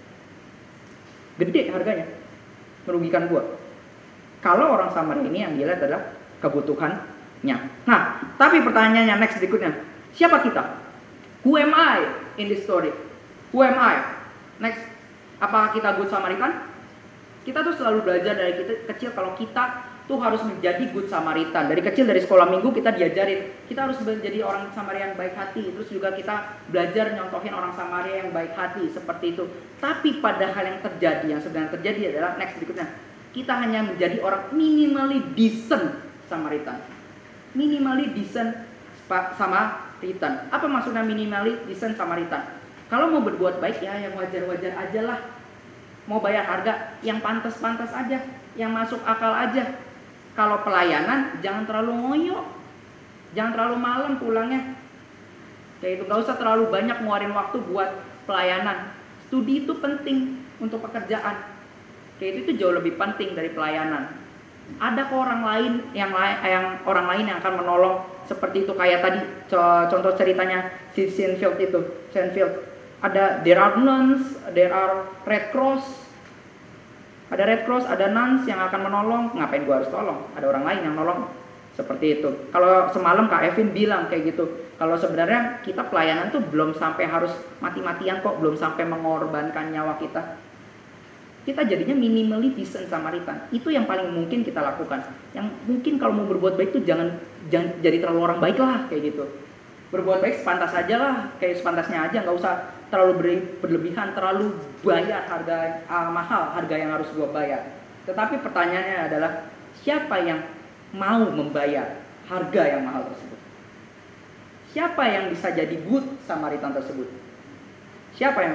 gede harganya, merugikan gue. Kalau orang Samaria ini yang dilihat adalah kebutuhannya. Nah, tapi pertanyaannya next berikutnya. Siapa kita? Who am I in this story? Who am I? Next. Apakah kita good Samaritan? Kita tuh selalu belajar dari kita kecil kalau kita tuh harus menjadi good Samaritan. Dari kecil, dari sekolah minggu kita diajarin. Kita harus menjadi orang Samaria yang baik hati. Terus juga kita belajar nyontohin orang Samaria yang baik hati. Seperti itu. Tapi pada hal yang terjadi, yang sebenarnya terjadi adalah next berikutnya. Kita hanya menjadi orang minimally decent Samaritan. Minimally decent Samaritan. Apa maksudnya minimally decent Samaritan? Kalau mau berbuat baik ya yang wajar-wajar aja lah. Mau bayar harga yang pantas-pantas aja, yang masuk akal aja. Kalau pelayanan jangan terlalu ngoyo. Jangan terlalu malam pulangnya. Kayak itu, gak usah terlalu banyak ngeluarin waktu buat pelayanan. Studi itu penting untuk pekerjaan. Kayak itu, itu jauh lebih penting dari pelayanan. Ada kok orang lain yang lain yang orang lain yang akan menolong seperti itu, kayak tadi contoh ceritanya si Seinfeld itu, Seinfeld. Ada there are nuns, there are Red Cross. Ada Red Cross, ada nuns yang akan menolong. Ngapain gua harus tolong? Ada orang lain yang nolong. Seperti itu. Kalau semalam Kak Evin bilang kayak gitu. Kalau sebenarnya kita pelayanan tuh belum sampai harus mati-matian kok, belum sampai mengorbankan nyawa kita. Kita jadinya minimally decent Samaritan. Itu yang paling mungkin kita lakukan. Yang mungkin kalau mau berbuat baik tuh jangan jangan jadi terlalu orang baik lah kayak gitu. Berbuat baik sepantas aja lah, kayak sepantasnya aja, nggak usah terlalu berlebihan, terlalu bayar harga uh, mahal, harga yang harus gua bayar. Tetapi pertanyaannya adalah siapa yang mau membayar harga yang mahal tersebut? Siapa yang bisa jadi good Samaritan tersebut? Siapa yang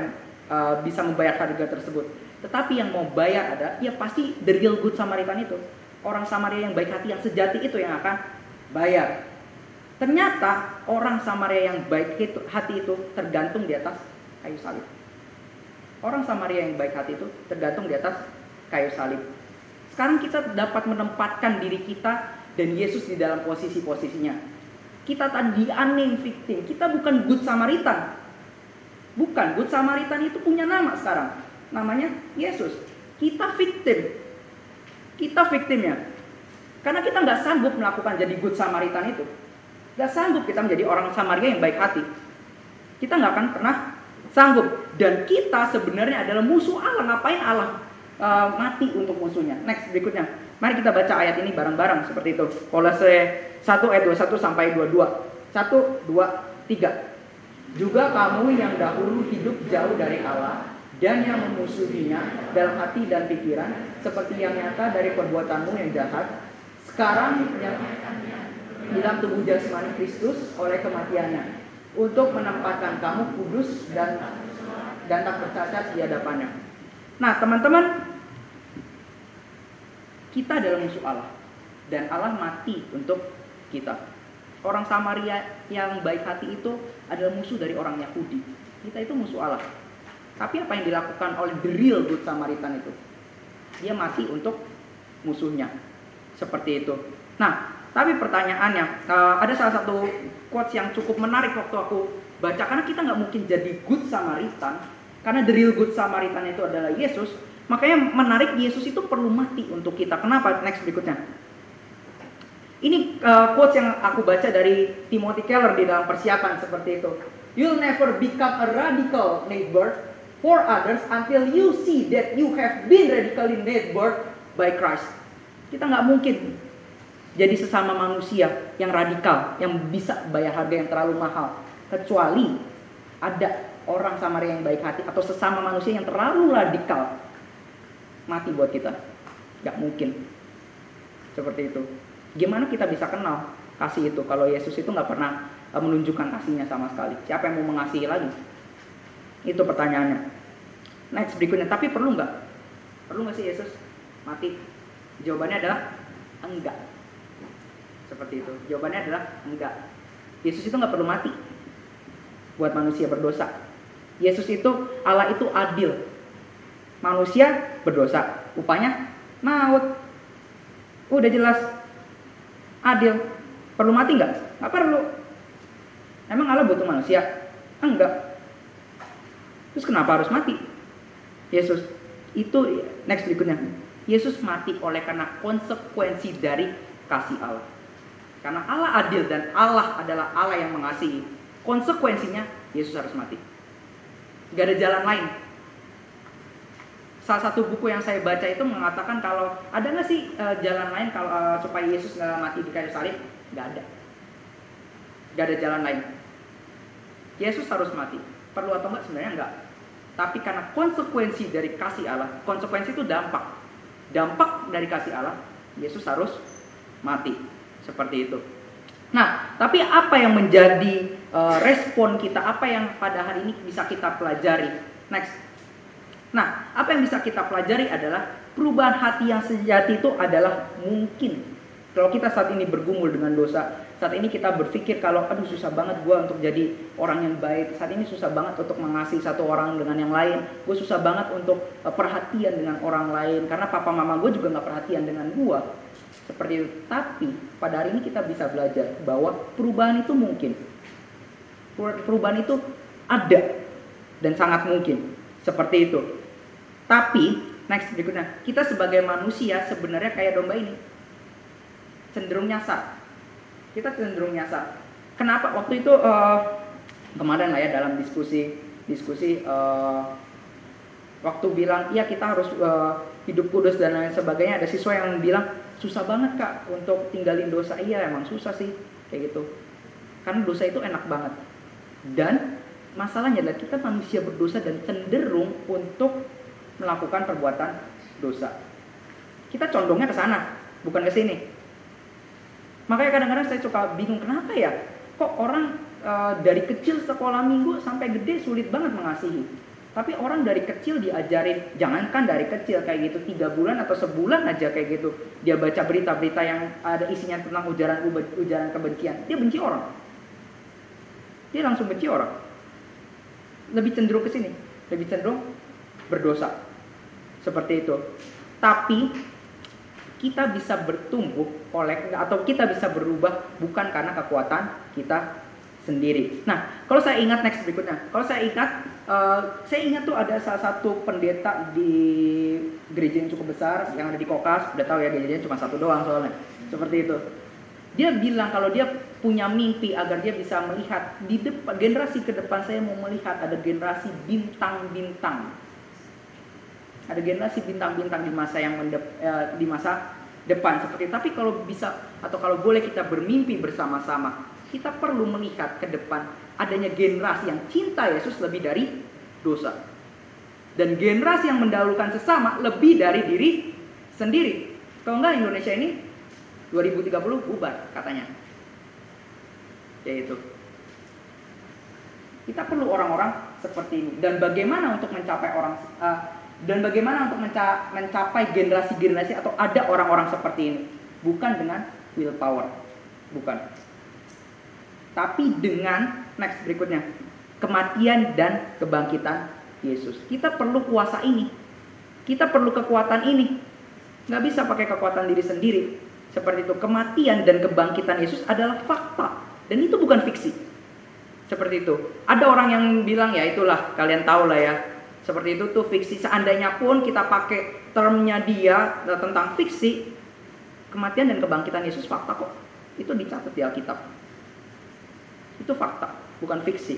uh, bisa membayar harga tersebut. Tetapi yang mau bayar ada, ya pasti the real good Samaritan itu. Orang Samaria yang baik hati, yang sejati itu yang akan bayar. Ternyata orang Samaria yang baik itu, hati itu tergantung di atas kayu salib. Orang Samaria yang baik hati itu tergantung di atas kayu salib. Sekarang kita dapat menempatkan diri kita dan Yesus di dalam posisi-posisinya. Kita tadi unnamed victim, kita bukan good Samaritan. Bukan, good Samaritan itu punya nama sekarang. Namanya Yesus. Kita victim. Kita victimnya. Karena kita nggak sanggup melakukan jadi good Samaritan itu. Nggak sanggup kita menjadi orang Samaria yang baik hati. Kita nggak akan pernah sanggup. Dan kita sebenarnya adalah musuh Allah. Ngapain Allah uh, mati untuk musuhnya? Next, berikutnya. Mari kita baca ayat ini bareng-barang seperti itu. Kolose satu ayat dua puluh satu sampai dua puluh dua. satu, dua, tiga. Juga kamu yang dahulu hidup jauh dari Allah dan yang memusuhinya dalam hati dan pikiran, seperti yang nyata dari perbuatanmu yang jahat, sekarang yang dalam tubuh jasmani Kristus oleh kematiannya, untuk menempatkan kamu kudus dan dan tak bercacat di hadapannya. Nah, teman-teman, kita adalah musuh Allah dan Allah mati untuk kita. Orang Samaria yang baik hati itu adalah musuh dari orang Yahudi. Kita itu musuh Allah. Tapi apa yang dilakukan oleh the real good Samaritan itu? Dia mati untuk musuhnya. Seperti itu. Nah, tapi pertanyaannya, uh, ada salah satu quotes yang cukup menarik waktu aku baca. Karena kita nggak mungkin jadi good Samaritan. Karena the real good Samaritan itu adalah Yesus. Makanya menarik, Yesus itu perlu mati untuk kita. Kenapa? Next berikutnya. Ini uh, quotes yang aku baca dari Timothy Keller di dalam persiapan seperti itu. You'll never become a radical neighbor for others until you see that you have been radically neighbored by Christ. Kita nggak mungkin jadi sesama manusia yang radikal, yang bisa bayar harga yang terlalu mahal, kecuali ada orang Samaria yang baik hati atau sesama manusia yang terlalu radikal mati buat kita. Nggak mungkin seperti itu. Gimana kita bisa kenal kasih itu kalau Yesus itu nggak pernah menunjukkan kasihnya sama sekali? Siapa yang mau mengasihi lagi? Itu pertanyaannya. Next berikutnya, tapi perlu nggak? Perlu nggak sih Yesus mati? Jawabannya adalah enggak. Seperti itu. Jawabannya adalah enggak. Yesus itu nggak perlu mati buat manusia berdosa. Yesus itu, Allah itu adil. Manusia berdosa, upahnya maut. Udah jelas. Adil. Perlu mati nggak? Nggak perlu. Emang Allah butuh manusia? Enggak. Terus kenapa harus mati? Yesus itu, next berikutnya. Yesus mati oleh karena konsekuensi dari kasih Allah. Karena Allah adil dan Allah adalah Allah yang mengasihi. Konsekuensinya Yesus harus mati. Gak ada jalan lain. Salah satu buku yang saya baca itu mengatakan kalau ada nggak sih uh, jalan lain kalau uh, supaya Yesus nggak mati di kayu salib? Nggak ada. Nggak ada jalan lain. Yesus harus mati. Perlu atau enggak? Sebenarnya enggak. Tapi karena konsekuensi dari kasih Allah, konsekuensi itu dampak. Dampak dari kasih Allah, Yesus harus mati. Seperti itu. Nah, tapi apa yang menjadi uh, respon kita? Apa yang pada hari ini bisa kita pelajari? Next. Nah, apa yang bisa kita pelajari adalah perubahan hati yang sejati itu adalah mungkin. Kalau kita saat ini bergumul dengan dosa, saat ini kita berpikir kalau aduh susah banget gue untuk jadi orang yang baik, saat ini susah banget untuk mengasihi satu orang dengan yang lain, gue susah banget untuk uh, perhatian dengan orang lain karena papa mama gue juga nggak perhatian dengan gue, seperti itu. Tapi pada hari ini kita bisa belajar bahwa perubahan itu mungkin, perubahan itu ada dan sangat mungkin, seperti itu. Tapi next berikutnya, kita sebagai manusia sebenarnya kayak domba ini, cenderung nyasar. Kita cenderung nyasar. Kenapa? Waktu itu uh, kemarin lah ya dalam diskusi diskusi uh, waktu bilang iya kita harus uh, hidup kudus dan lain sebagainya, ada siswa yang bilang susah banget kak untuk tinggalin dosa. Iya emang susah sih kayak gitu. Karena dosa itu enak banget. Dan masalahnya adalah kita manusia berdosa dan cenderung untuk melakukan perbuatan dosa. Kita condongnya ke sana, bukan ke sini. Makanya kadang-kadang saya suka bingung kenapa ya, kok orang e, dari kecil sekolah minggu sampai gede sulit banget mengasihi. Tapi orang dari kecil diajarin, jangankan dari kecil kayak gitu, tiga bulan atau sebulan aja kayak gitu, dia baca berita-berita yang ada isinya tentang ujaran ujaran kebencian, dia benci orang. Dia langsung benci orang. Lebih cenderung ke sini, lebih cenderung berdosa. Seperti itu. Tapi kita bisa bertumbuh oleh atau kita bisa berubah bukan karena kekuatan kita sendiri. Nah, kalau saya ingat next berikutnya, kalau saya ingat, uh, saya ingat tuh ada salah satu pendeta di gereja yang cukup besar yang ada di Kokas, udah tahu ya gerejanya cuma satu doang soalnya, seperti itu. Dia bilang kalau dia punya mimpi agar dia bisa melihat di depan generasi ke depan, saya mau melihat ada generasi bintang-bintang, ada generasi bintang-bintang di masa yang mendep, uh, di masa depan seperti itu. Tapi kalau bisa atau kalau boleh kita bermimpi bersama-sama, kita perlu melihat ke depan adanya generasi yang cinta Yesus lebih dari dosa. Dan generasi yang mendahulukan sesama lebih dari diri sendiri. Kalau enggak Indonesia ini dua ribu tiga puluh bubar katanya. Yaitu. Kita perlu orang-orang seperti ini. Dan bagaimana untuk mencapai orang uh, dan bagaimana untuk menca- mencapai generasi-generasi atau ada orang-orang seperti ini? Bukan dengan willpower. Bukan. Tapi dengan next berikutnya, kematian dan kebangkitan Yesus. Kita perlu kuasa ini. Kita perlu kekuatan ini. Nggak bisa pakai kekuatan diri sendiri. Seperti itu, kematian dan kebangkitan Yesus adalah fakta. Dan itu bukan fiksi. Seperti itu. Ada orang yang bilang, ya itulah, kalian tahu lah ya. Seperti itu tuh fiksi. Seandainya pun kita pakai termnya dia tentang fiksi, kematian dan kebangkitan Yesus fakta kok. Itu dicatat di Alkitab. Itu fakta, bukan fiksi.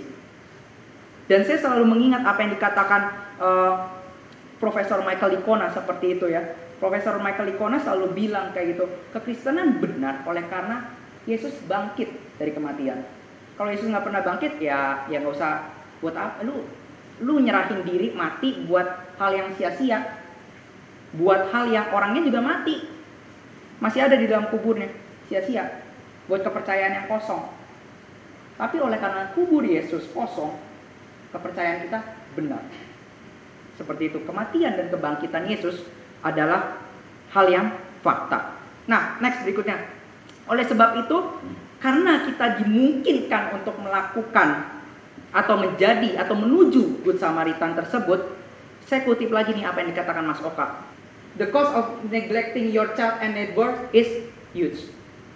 Dan saya selalu mengingat apa yang dikatakan uh, Profesor Michael Licona seperti itu ya. Profesor Michael Licona selalu bilang kayak gitu, kekristenan benar oleh karena Yesus bangkit dari kematian. Kalau Yesus nggak pernah bangkit, ya ya nggak usah buat apa. Lu lu nyerahin diri mati buat hal yang sia-sia, buat hal yang orangnya juga mati, masih ada di dalam kuburnya, sia-sia, buat kepercayaan yang kosong. Tapi oleh karena kubur Yesus kosong, kepercayaan kita benar. Seperti itu, kematian dan kebangkitan Yesus adalah hal yang fakta. Nah, next berikutnya. Oleh sebab itu, karena kita dimungkinkan untuk melakukan atau menjadi atau menuju Good Samaritan tersebut, saya kutip lagi nih apa yang dikatakan Mas Oka. The cost of neglecting your child and neighbor is huge.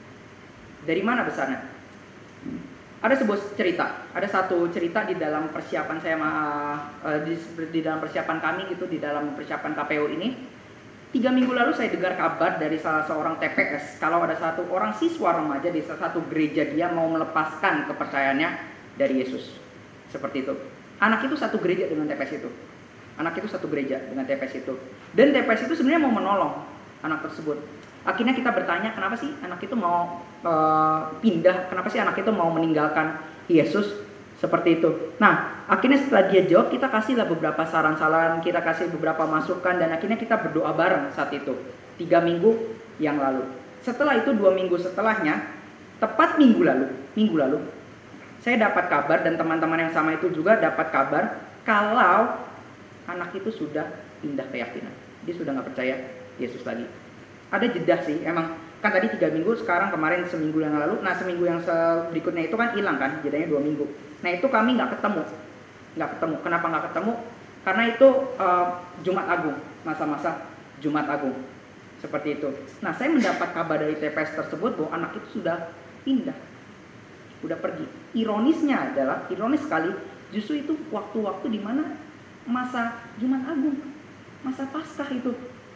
Dari mana besarnya? Ada sebuah cerita, ada satu cerita di dalam persiapan saya uh, di, di dalam persiapan kami gitu, di dalam persiapan K P U ini. Tiga minggu lalu saya dengar kabar dari salah seorang T P S kalau ada satu orang siswa remaja di salah satu gereja dia mau melepaskan kepercayaannya dari Yesus. Seperti itu. Anak itu satu gereja dengan T P S itu. Anak itu satu gereja dengan T P S itu. Dan T P S itu sebenarnya mau menolong anak tersebut. Akhirnya kita bertanya, kenapa sih anak itu mau uh, pindah? Kenapa sih anak itu mau meninggalkan Yesus? Seperti itu. Nah, akhirnya setelah dia jawab, kita kasihlah beberapa saran-saran, kita kasih beberapa masukan, dan akhirnya kita berdoa bareng saat itu. Tiga minggu yang lalu. Setelah itu, dua minggu setelahnya, tepat minggu lalu, minggu lalu, saya dapat kabar, dan teman-teman yang sama itu juga dapat kabar, kalau anak itu sudah pindah keyakinan. Dia sudah gak percaya Yesus lagi. Ada jeda sih, emang kan tadi tiga minggu, sekarang kemarin seminggu yang lalu. Nah seminggu yang berikutnya itu kan hilang kan, jedanya dua minggu. Nah itu kami nggak ketemu, nggak ketemu. Kenapa nggak ketemu? Karena itu uh, Jumat Agung, masa-masa Jumat Agung, seperti itu. Nah saya mendapat kabar dari T P S tersebut bahwa anak itu sudah pindah, sudah pergi. Ironisnya adalah, ironis sekali, justru itu waktu-waktu di mana masa Jumat Agung, masa Paskah itu.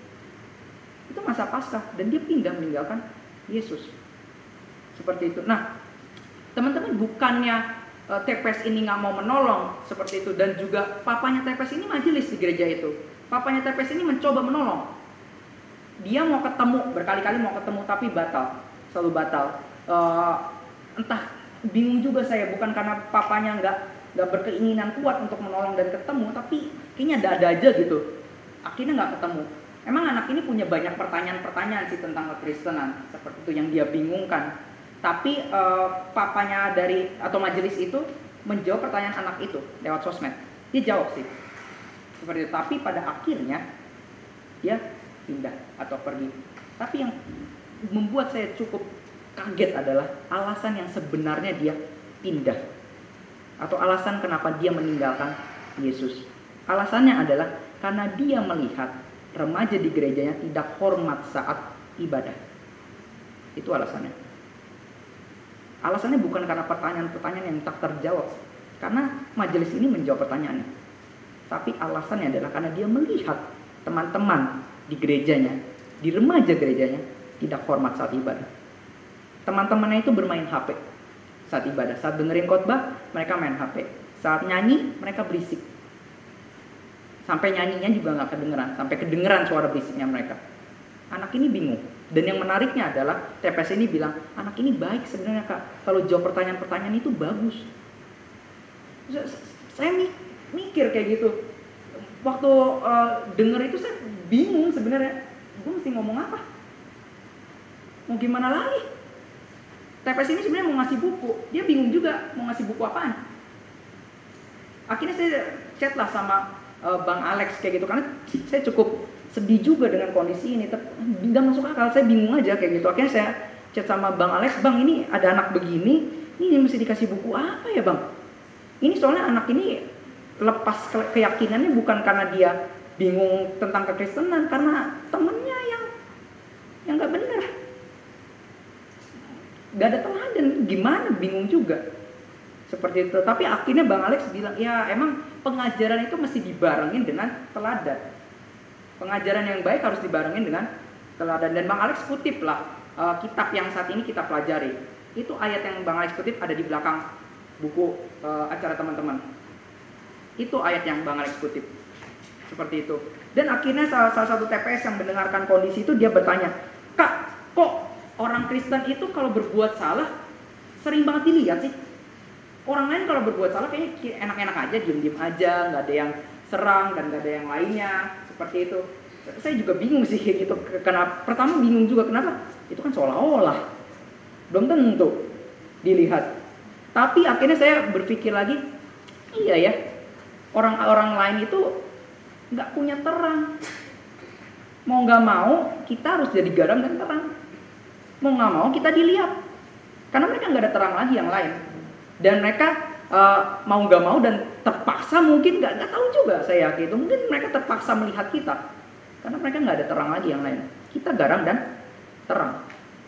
Itu masa Paskah dan dia pindah meninggalkan Yesus. Seperti itu. Nah, teman-teman, bukannya uh, T P S ini nggak mau menolong seperti itu, dan juga papanya T P S ini majelis di gereja itu. Papanya T P S ini mencoba menolong. Dia mau ketemu, berkali-kali mau ketemu tapi batal, selalu batal. Uh, entah, bingung juga saya, bukan karena papanya nggak nggak berkeinginan kuat untuk menolong dan ketemu, tapi kayaknya ada-ada aja gitu. Akhirnya nggak ketemu. Emang anak ini punya banyak pertanyaan-pertanyaan sih tentang kekristenan, seperti itu yang dia bingungkan. Tapi uh, papanya dari atau majelis itu menjawab pertanyaan anak itu lewat sosmed. Dia jawab sih. Seperti itu. Tapi pada akhirnya dia pindah atau pergi. Tapi yang membuat saya cukup kaget adalah alasan yang sebenarnya dia pindah. Atau alasan kenapa dia meninggalkan Yesus. Alasannya adalah karena dia melihat remaja di gerejanya tidak hormat saat ibadah. Itu alasannya. Alasannya bukan karena pertanyaan-pertanyaan yang tak terjawab. Karena majelis ini menjawab pertanyaannya. Tapi alasannya adalah karena dia melihat teman-teman di gerejanya, di remaja gerejanya, tidak hormat saat ibadah. Teman-temannya itu bermain H P saat ibadah. Saat dengerin khotbah, mereka main H P. Saat nyanyi, mereka berisik. Sampai nyanyinya juga gak kedengeran. Sampai kedengeran suara berisiknya mereka. Anak ini bingung. Dan yang menariknya adalah T P S ini bilang, anak ini baik sebenarnya kak. Kalau jawab pertanyaan-pertanyaan itu bagus. Saya mikir kayak gitu. Waktu uh, denger itu saya bingung sebenarnya. Gue mesti ngomong apa? Mau gimana lagi? T P S ini sebenarnya mau ngasih buku. Dia bingung juga mau ngasih buku apaan. Akhirnya saya chat lah sama uh, Bang Alex kayak gitu. Karena saya cukup sedih juga dengan kondisi ini. Tidak masuk akal, saya bingung aja kayak gitu. Akhirnya saya chat sama Bang Alex, Bang ini ada anak begini, ini mesti dikasih buku apa ya Bang? Ini soalnya anak ini lepas keyakinannya bukan karena dia bingung tentang kekristenan, karena temennya yang yang gak bener. Gak ada teladan, gimana bingung juga. Seperti itu. Tapi akhirnya Bang Alex bilang, ya emang pengajaran itu mesti dibarengin dengan teladan. Pengajaran yang baik harus dibarengin dengan teladan. Dan Bang Alex kutip lah uh, kitab yang saat ini kita pelajari. Itu ayat yang Bang Alex kutip ada di belakang buku uh, acara teman-teman. Itu ayat yang Bang Alex kutip. Seperti itu. Dan akhirnya salah, salah satu T P S yang mendengarkan kondisi itu dia bertanya, Kak, kok orang Kristen itu kalau berbuat salah sering banget dilihat sih? Orang lain kalau berbuat salah kayaknya enak-enak aja, diem-diem aja, gak ada yang serang dan gak ada yang lainnya. Seperti itu. Saya juga bingung sih kayak gitu. Kenapa? Pertama bingung juga kenapa? Itu kan seolah-olah. Belum tentu dilihat. Tapi akhirnya saya berpikir lagi, iya ya. Orang-orang lain itu nggak punya terang. Mau nggak mau kita harus jadi garam dan terang. Mau nggak mau kita dilihat. Karena mereka nggak ada terang lagi yang lain. Dan mereka Uh, mau gak mau dan terpaksa mungkin gak, gak tahu juga saya yakin itu mungkin mereka terpaksa melihat kita karena mereka gak ada terang lagi yang lain. Kita garam dan terang.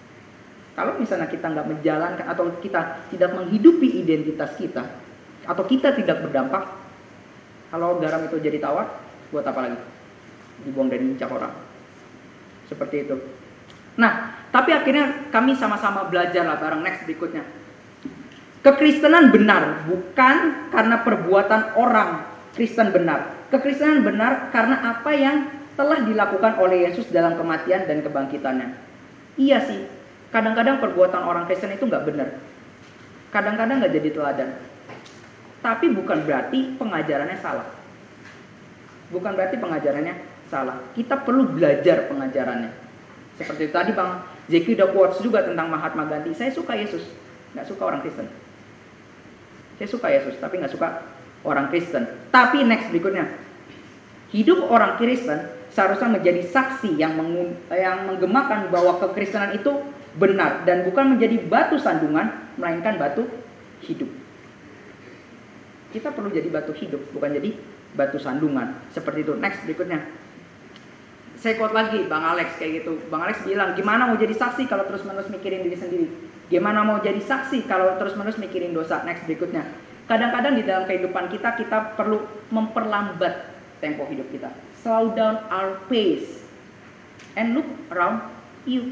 Kalau misalnya kita gak menjalankan atau kita tidak menghidupi identitas kita atau kita tidak berdampak, kalau garam itu jadi tawar, buat apa lagi? Dibuang dan diinjak orang. Seperti itu. Nah, tapi akhirnya kami sama-sama belajar lah bareng next berikutnya. Kekristenan benar bukan karena perbuatan orang Kristen benar. Kekristenan benar karena apa yang telah dilakukan oleh Yesus dalam kematian dan kebangkitannya. Iya sih, kadang-kadang perbuatan orang Kristen itu nggak benar. Kadang-kadang nggak jadi teladan. Tapi bukan berarti pengajarannya salah. Bukan berarti pengajarannya salah. Kita perlu belajar pengajarannya. Seperti tadi Bang Zeki udah quotes juga tentang Mahatma Gandhi. Saya suka Yesus, nggak suka orang Kristen. Saya suka Yesus, tapi nggak suka orang Kristen. Tapi next berikutnya, hidup orang Kristen seharusnya menjadi saksi yang, mengun- yang menggemakan bahwa kekristenan itu benar dan bukan menjadi batu sandungan, melainkan batu hidup. Kita perlu jadi batu hidup, bukan jadi batu sandungan. Seperti itu. Next berikutnya, saya quote lagi Bang Alex kayak gitu. Bang Alex bilang, gimana mau jadi saksi kalau terus-menerus mikirin diri sendiri? Gimana mau jadi saksi kalau terus-menerus mikirin dosa? Next berikutnya. Kadang-kadang di dalam kehidupan kita, kita perlu memperlambat tempo hidup kita. Slow down our pace. And look around you.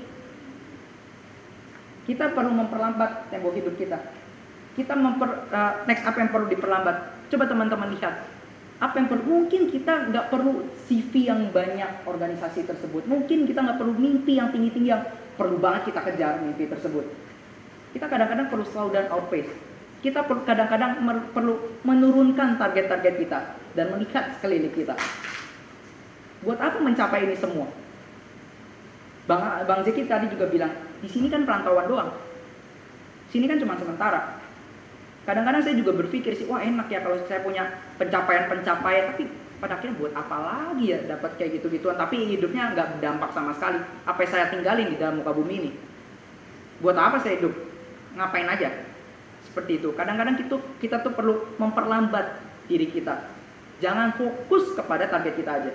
Kita perlu memperlambat tempo hidup kita. Kita memper, uh, next apa yang perlu diperlambat? Coba teman-teman lihat. Apa yang perlu? Mungkin kita nggak perlu C V yang banyak organisasi tersebut. Mungkin kita nggak perlu mimpi yang tinggi-tinggi yang perlu banget kita kejar mimpi tersebut. Kita kadang-kadang perlu slow down our pace. Kita perlu, kadang-kadang mer- perlu menurunkan target-target kita dan melihat sekeliling kita. Buat apa mencapai ini semua? Bang Bang Zeki tadi juga bilang, di sini kan perantauan doang. Sini kan cuma sementara. Kadang-kadang saya juga berpikir sih, wah enak ya kalau saya punya pencapaian-pencapaian, tapi pada akhirnya buat apa lagi ya dapat kayak gitu-gituan, tapi hidupnya nggak berdampak sama sekali. Apa yang saya tinggalin di dalam muka bumi ini? Buat apa saya hidup? Ngapain aja? Seperti itu. Kadang-kadang kita, kita tuh perlu memperlambat diri kita. Jangan fokus kepada target kita aja,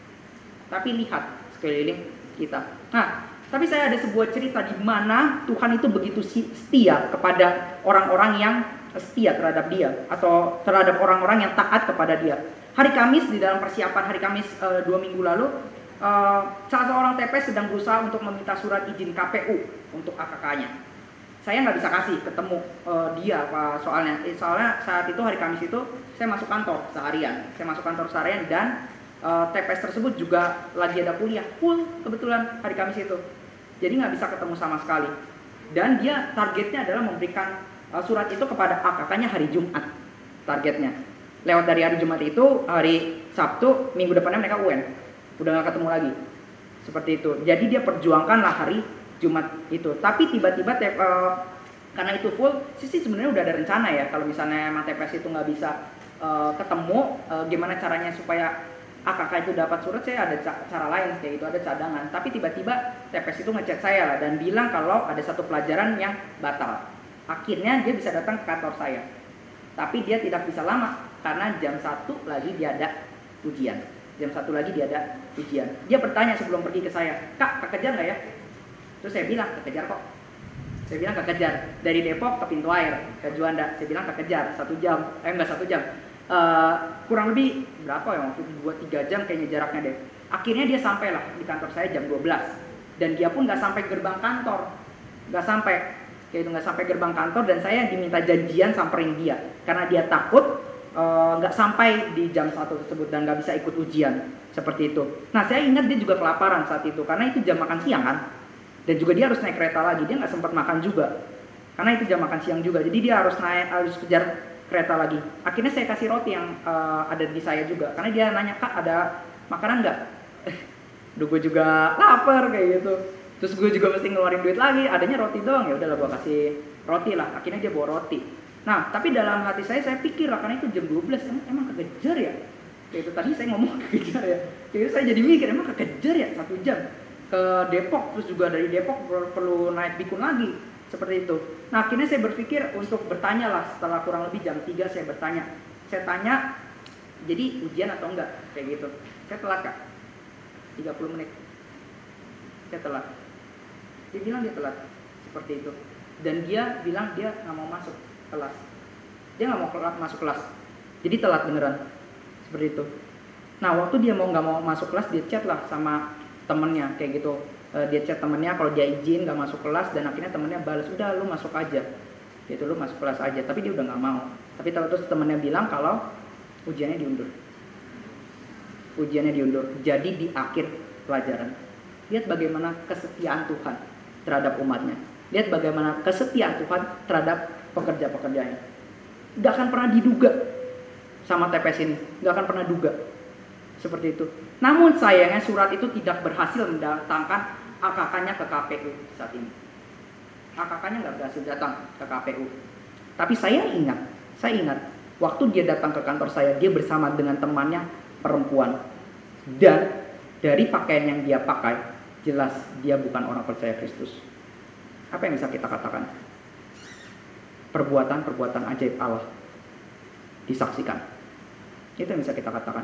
tapi lihat sekeliling kita. Nah, tapi saya ada sebuah cerita di mana Tuhan itu begitu setia kepada orang-orang yang setia terhadap dia, atau terhadap orang-orang yang taat kepada dia. Hari Kamis, di dalam persiapan hari Kamis e, dua minggu lalu, e, salah seorang T P S sedang berusaha untuk meminta surat izin K P U untuk A K K-nya. Saya nggak bisa kasih ketemu e, dia Pak, soalnya eh, soalnya saat itu hari Kamis itu saya masuk kantor seharian, saya masuk kantor seharian dan e, T P S tersebut juga lagi ada kuliah full kebetulan hari Kamis itu, jadi nggak bisa ketemu sama sekali. Dan dia targetnya adalah memberikan e, surat itu kepada A K K-nya hari Jumat targetnya. Lewat dari hari Jumat itu, hari Sabtu, minggu depannya mereka U N. Udah gak ketemu lagi. Seperti itu. Jadi dia perjuangkanlah hari Jumat itu. Tapi tiba-tiba, uh, karena itu full, sisi sebenarnya udah ada rencana ya. Kalau misalnya emang T P S itu gak bisa uh, ketemu, uh, gimana caranya supaya A K K itu dapat surat, saya ada ca- cara lain, kayak gitu, ada cadangan. Tapi tiba-tiba T P S itu ngechat saya lah, dan bilang kalau ada satu pelajaran yang batal. Akhirnya dia bisa datang ke kantor saya. Tapi dia tidak bisa lama, karena jam satu lagi dia ada ujian. Jam satu lagi dia ada ujian. Dia bertanya sebelum pergi ke saya, Kak, kekejar nggak ya? Terus saya bilang, kekejar kok. Saya bilang kekejar. Dari Depok ke Pintu Air, ke Juanda. Saya bilang kekejar, satu jam. Eh enggak satu jam. Uh, kurang lebih berapa ya? Waktu dua tiga jam kayaknya jaraknya deh. Akhirnya dia sampailah di kantor saya jam dua belas. Dan dia pun nggak sampai gerbang kantor. Nggak sampai. Kayak itu nggak sampai gerbang kantor, dan saya diminta janjian samperin dia. Karena dia takut nggak uh, sampai di jam satu tersebut dan nggak bisa ikut ujian seperti itu. Nah, saya ingat dia juga kelaparan saat itu karena itu jam makan siang kan, dan juga dia harus naik kereta lagi, dia nggak sempat makan juga karena itu jam makan siang juga, jadi dia harus naik harus kejar kereta lagi. Akhirnya saya kasih roti yang uh, ada di saya juga karena dia nanya, Kak, ada makanan nggak? Duh, gue juga lapar kayak gitu. Terus gue juga mesti ngeluarin duit lagi, adanya roti doang, ya udahlah gue kasih roti lah. Akhirnya dia bawa roti. Nah, tapi dalam hati saya, saya pikir lah, karena itu jam dua belas, emang, emang kekejar ya? Kayak itu tadi saya ngomong kekejar ya. Kayak itu saya jadi mikir, emang kekejar ya satu jam ke Depok, terus juga dari Depok perlu naik Bikun lagi, seperti itu. Nah, akhirnya saya berpikir untuk bertanya lah, setelah kurang lebih jam tiga saya bertanya. Saya tanya, jadi ujian atau enggak? Kayak gitu. Saya telat, Kak, tiga puluh menit. Saya telat. Dia bilang dia telat, seperti itu. Dan dia bilang dia nggak mau masuk kelas, dia nggak mau kelas, masuk kelas, jadi telat beneran, seperti itu. Nah, waktu dia mau nggak mau masuk kelas, dia chat lah sama temennya kayak gitu. E, dia chat temennya kalau dia izin nggak masuk kelas, dan akhirnya temennya balas, udah lu masuk aja, gitu, lu masuk kelas aja. Tapi dia udah nggak mau. Tapi terus temennya bilang kalau ujiannya diundur, ujiannya diundur. Jadi di akhir pelajaran, lihat bagaimana kesetiaan Tuhan terhadap umatnya. Lihat bagaimana kesetiaan Tuhan terhadap pekerja-pekerjanya. Gak akan pernah diduga sama T P S ini, gak akan pernah duga seperti itu. Namun sayangnya surat itu tidak berhasil mendatangkan A K K-nya ke K P U saat ini. A K K-nya gak berhasil datang ke K P U. Tapi saya ingat, saya ingat waktu dia datang ke kantor saya, dia bersama dengan temannya perempuan, dan dari pakaian yang dia pakai jelas dia bukan orang percaya Kristus. Apa yang bisa kita katakan? Perbuatan-perbuatan ajaib Allah disaksikan. Itu yang bisa kita katakan.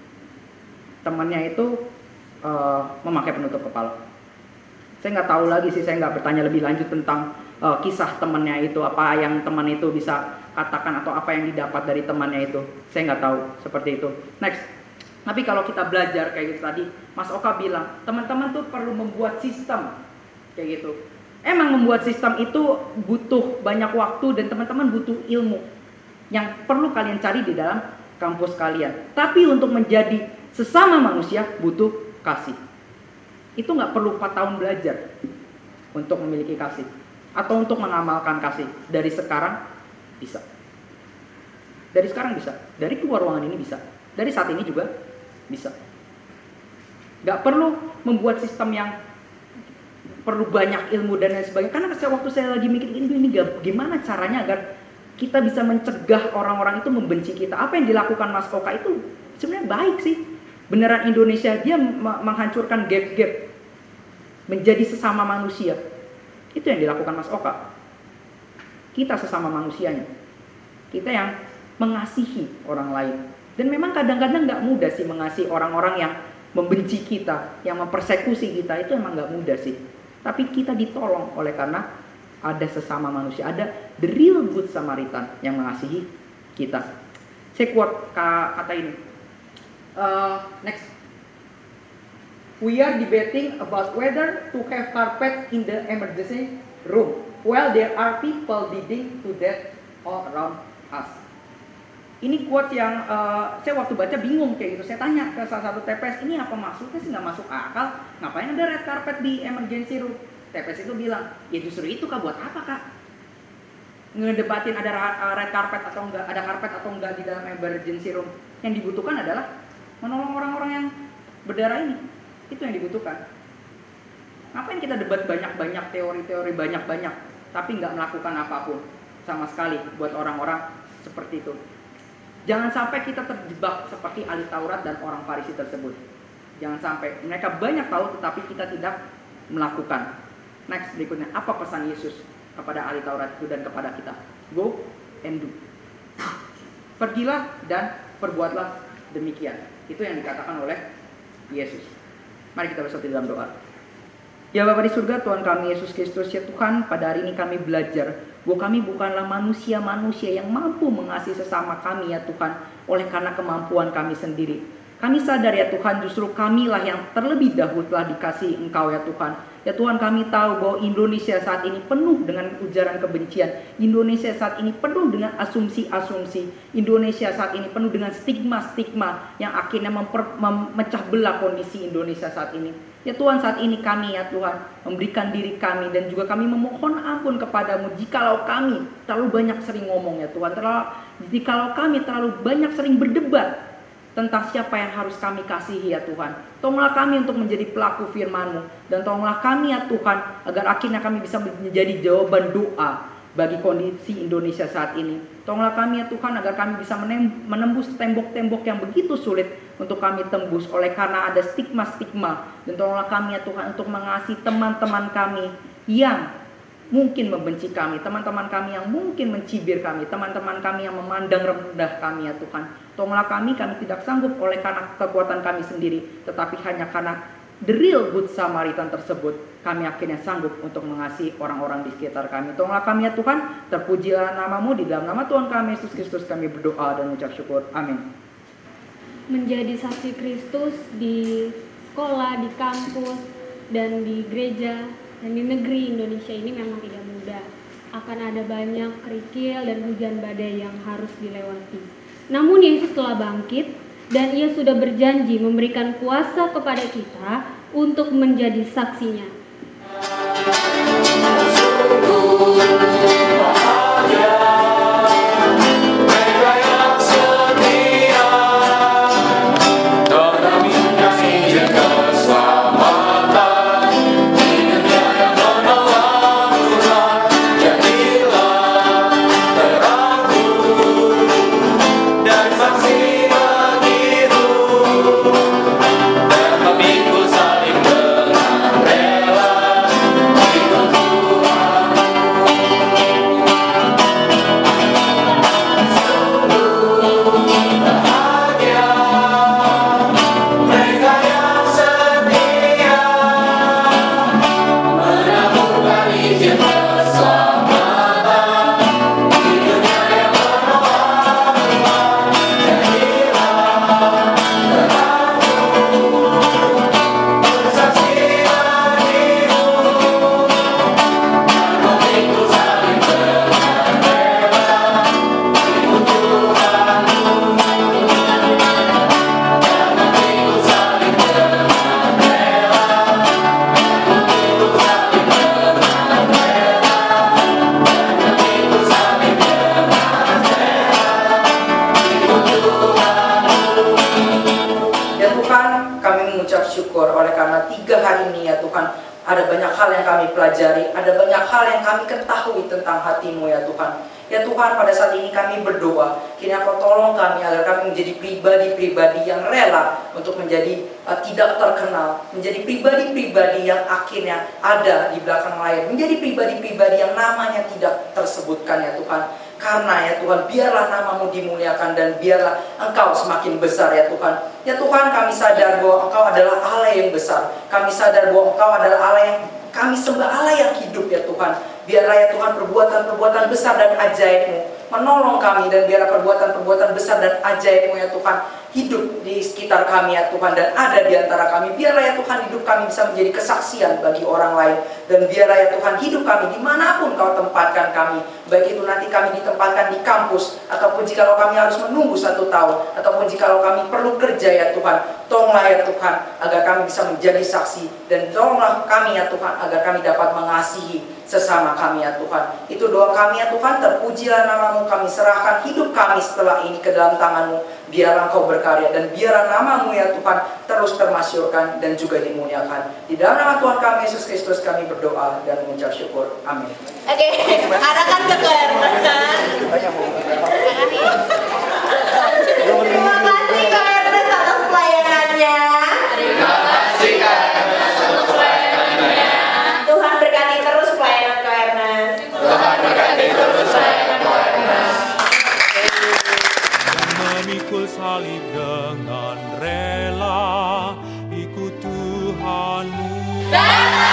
Temannya itu uh, memakai penutup kepala. Saya nggak tahu lagi sih, saya nggak bertanya lebih lanjut tentang uh, kisah temannya itu, apa yang teman itu bisa katakan atau apa yang didapat dari temannya itu. Saya nggak tahu seperti itu. Next. Tapi kalau kita belajar kayak gitu tadi, Mas Oka bilang teman-teman tuh perlu membuat sistem kayak gitu. Emang membuat sistem itu butuh banyak waktu dan teman-teman butuh ilmu yang perlu kalian cari di dalam kampus kalian. Tapi untuk menjadi sesama manusia butuh kasih. Itu nggak perlu empat tahun belajar untuk memiliki kasih atau untuk mengamalkan kasih. Dari sekarang bisa. Dari sekarang bisa. Dari keluar ruangan ini bisa. Dari saat ini juga bisa. Nggak perlu membuat sistem yang perlu banyak ilmu dan lain sebagainya. Karena saya, waktu saya lagi mikir ini, ini gimana caranya agar kita bisa mencegah orang-orang itu membenci kita. Apa yang dilakukan Mas Oka itu Sebenarnya baik sih. Beneran Indonesia, dia menghancurkan gap-gap menjadi sesama manusia. Itu yang dilakukan Mas Oka. Kita sesama manusianya. Kita yang mengasihi orang lain. Dan memang kadang-kadang gak mudah sih mengasihi orang-orang yang membenci kita, yang mempersekusi kita. Itu emang gak mudah sih. Tapi kita ditolong oleh karena ada sesama manusia. Ada the real good Samaritan yang mengasihi kita. Saya quote kata ini. Uh, next. We are debating about whether to have carpet in the emergency room while there are people bleeding to death all around us. Ini quote yang uh, saya waktu baca bingung kayak gitu. Saya tanya ke salah satu T P S, ini apa maksudnya sih, nggak masuk akal. Ngapain ada red carpet di emergency room? T P S itu bilang, ya justru itu kak, buat apa kak? Ngedebatin ada red carpet atau enggak, ada karpet atau enggak di dalam emergency room. Yang dibutuhkan adalah menolong orang-orang yang berdarah ini. Itu yang dibutuhkan. Ngapain kita debat banyak-banyak, teori-teori banyak-banyak, tapi nggak melakukan apapun sama sekali buat orang-orang seperti itu. Jangan sampai kita terjebak seperti ahli Taurat dan orang Farisi tersebut. Jangan sampai. Mereka banyak tahu tetapi kita tidak melakukan. Next, berikutnya. Apa pesan Yesus kepada ahli Taurat itu dan kepada kita? Go and do. Pergilah dan perbuatlah demikian. Itu yang dikatakan oleh Yesus. Mari kita bersatu dalam doa. Ya Bapa di surga, Tuhan kami Yesus Kristus, ya Tuhan, pada hari ini kami belajar bahwa kami bukanlah manusia-manusia yang mampu mengasihi sesama kami ya Tuhan, oleh karena kemampuan kami sendiri. Kami sadar ya Tuhan, justru kamilah yang terlebih dahulu telah dikasihi Engkau ya Tuhan. Ya Tuhan, kami tahu bahwa Indonesia saat ini penuh dengan ujaran kebencian. Indonesia saat ini penuh dengan asumsi-asumsi. Indonesia saat ini penuh dengan stigma-stigma yang akhirnya memper, memecah belah kondisi Indonesia saat ini. Ya Tuhan, saat ini kami ya Tuhan memberikan diri kami dan juga kami memohon ampun kepadamu jikalau kami terlalu banyak sering ngomong ya Tuhan. Terlalu, jikalau kami terlalu banyak sering berdebat tentang siapa yang harus kami kasihi ya Tuhan. Tolonglah kami untuk menjadi pelaku firman-Mu. Dan tolonglah kami ya Tuhan agar akhirnya kami bisa menjadi jawaban doa bagi kondisi Indonesia saat ini. Tolonglah kami ya Tuhan agar kami bisa menembus tembok-tembok yang begitu sulit untuk kami tembus oleh karena ada stigma-stigma. Dan tolonglah kami ya Tuhan untuk mengasihi teman-teman kami yang mungkin membenci kami, teman-teman kami yang mungkin mencibir kami, teman-teman kami yang memandang rendah kami ya Tuhan. Tolonglah kami, kami tidak sanggup oleh karena kekuatan kami sendiri, tetapi hanya karena the real good Samaritan tersebut, kami akhirnya sanggup untuk mengasihi orang-orang di sekitar kami. Tolonglah kami ya Tuhan, terpujilah nama-Mu, di dalam nama Tuhan kami Yesus Kristus kami berdoa dan mengucap syukur. Amin. Menjadi saksi Kristus di sekolah, di kampus, dan di gereja, dan di negeri Indonesia ini memang tidak mudah. Akan ada banyak kerikil dan hujan badai yang harus dilewati. Namun Yesus telah bangkit dan Ia sudah berjanji memberikan kuasa kepada kita untuk menjadi saksinya. Ada banyak hal yang kami pelajari, ada banyak hal yang kami ketahui tentang hati-Mu ya Tuhan. Ya Tuhan, pada saat ini kami berdoa Tua. Kiranya Kau tolong kami agar kami menjadi pribadi-pribadi yang rela untuk menjadi uh, tidak terkenal, menjadi pribadi-pribadi yang akhirnya ada di belakang layar, menjadi pribadi-pribadi yang namanya tidak tersebutkan ya Tuhan. Karena ya Tuhan, biarlah namamu dimuliakan dan biarlah Engkau semakin besar ya Tuhan. Ya Tuhan, kami sadar bahwa Engkau adalah Allah yang besar. Kami sadar bahwa Engkau adalah Allah yang kami sembah, Allah yang hidup ya Tuhan. Biarlah ya Tuhan perbuatan-perbuatan besar dan ajaib-Mu menolong kami, dan biarlah perbuatan-perbuatan besar dan ajaib-Mu ya Tuhan hidup di sekitar kami ya Tuhan, dan ada di antara kami. Biarlah ya Tuhan hidup kami bisa menjadi kesaksian bagi orang lain, dan biarlah ya Tuhan hidup kami dimanapun Kau tempatkan kami, baik itu nanti kami ditempatkan di kampus, ataupun jikalau kami harus menunggu satu tahun, ataupun jikalau kami perlu kerja ya Tuhan. Tolonglah ya Tuhan agar kami bisa menjadi saksi, dan tolonglah kami ya Tuhan agar kami dapat mengasihi sesama kami ya Tuhan. Itu doa kami ya Tuhan. Terpujilah namamu, kami serahkan hidup kami setelah ini ke dalam tangan-Mu. Biarlah Engkau berkarya, dan biarlah namamu ya Tuhan terus termasyurkan dan juga dimuliakan. Di dalam nama Tuhan kami Yesus Kristus kami berdoa dan mengucap syukur. Amin. Oke, arahkan ke Ernest. Terima kasih Kak Ernest atas pelayanannya. Terima kasih Kak Ernest atas pelayanannya. Tuhan berkati terus pelayanan Kak Ernest. Tuhan berkati terus pelayanan Kak Ernest. Memikul salib dengan rela, ikut Tuhanmu.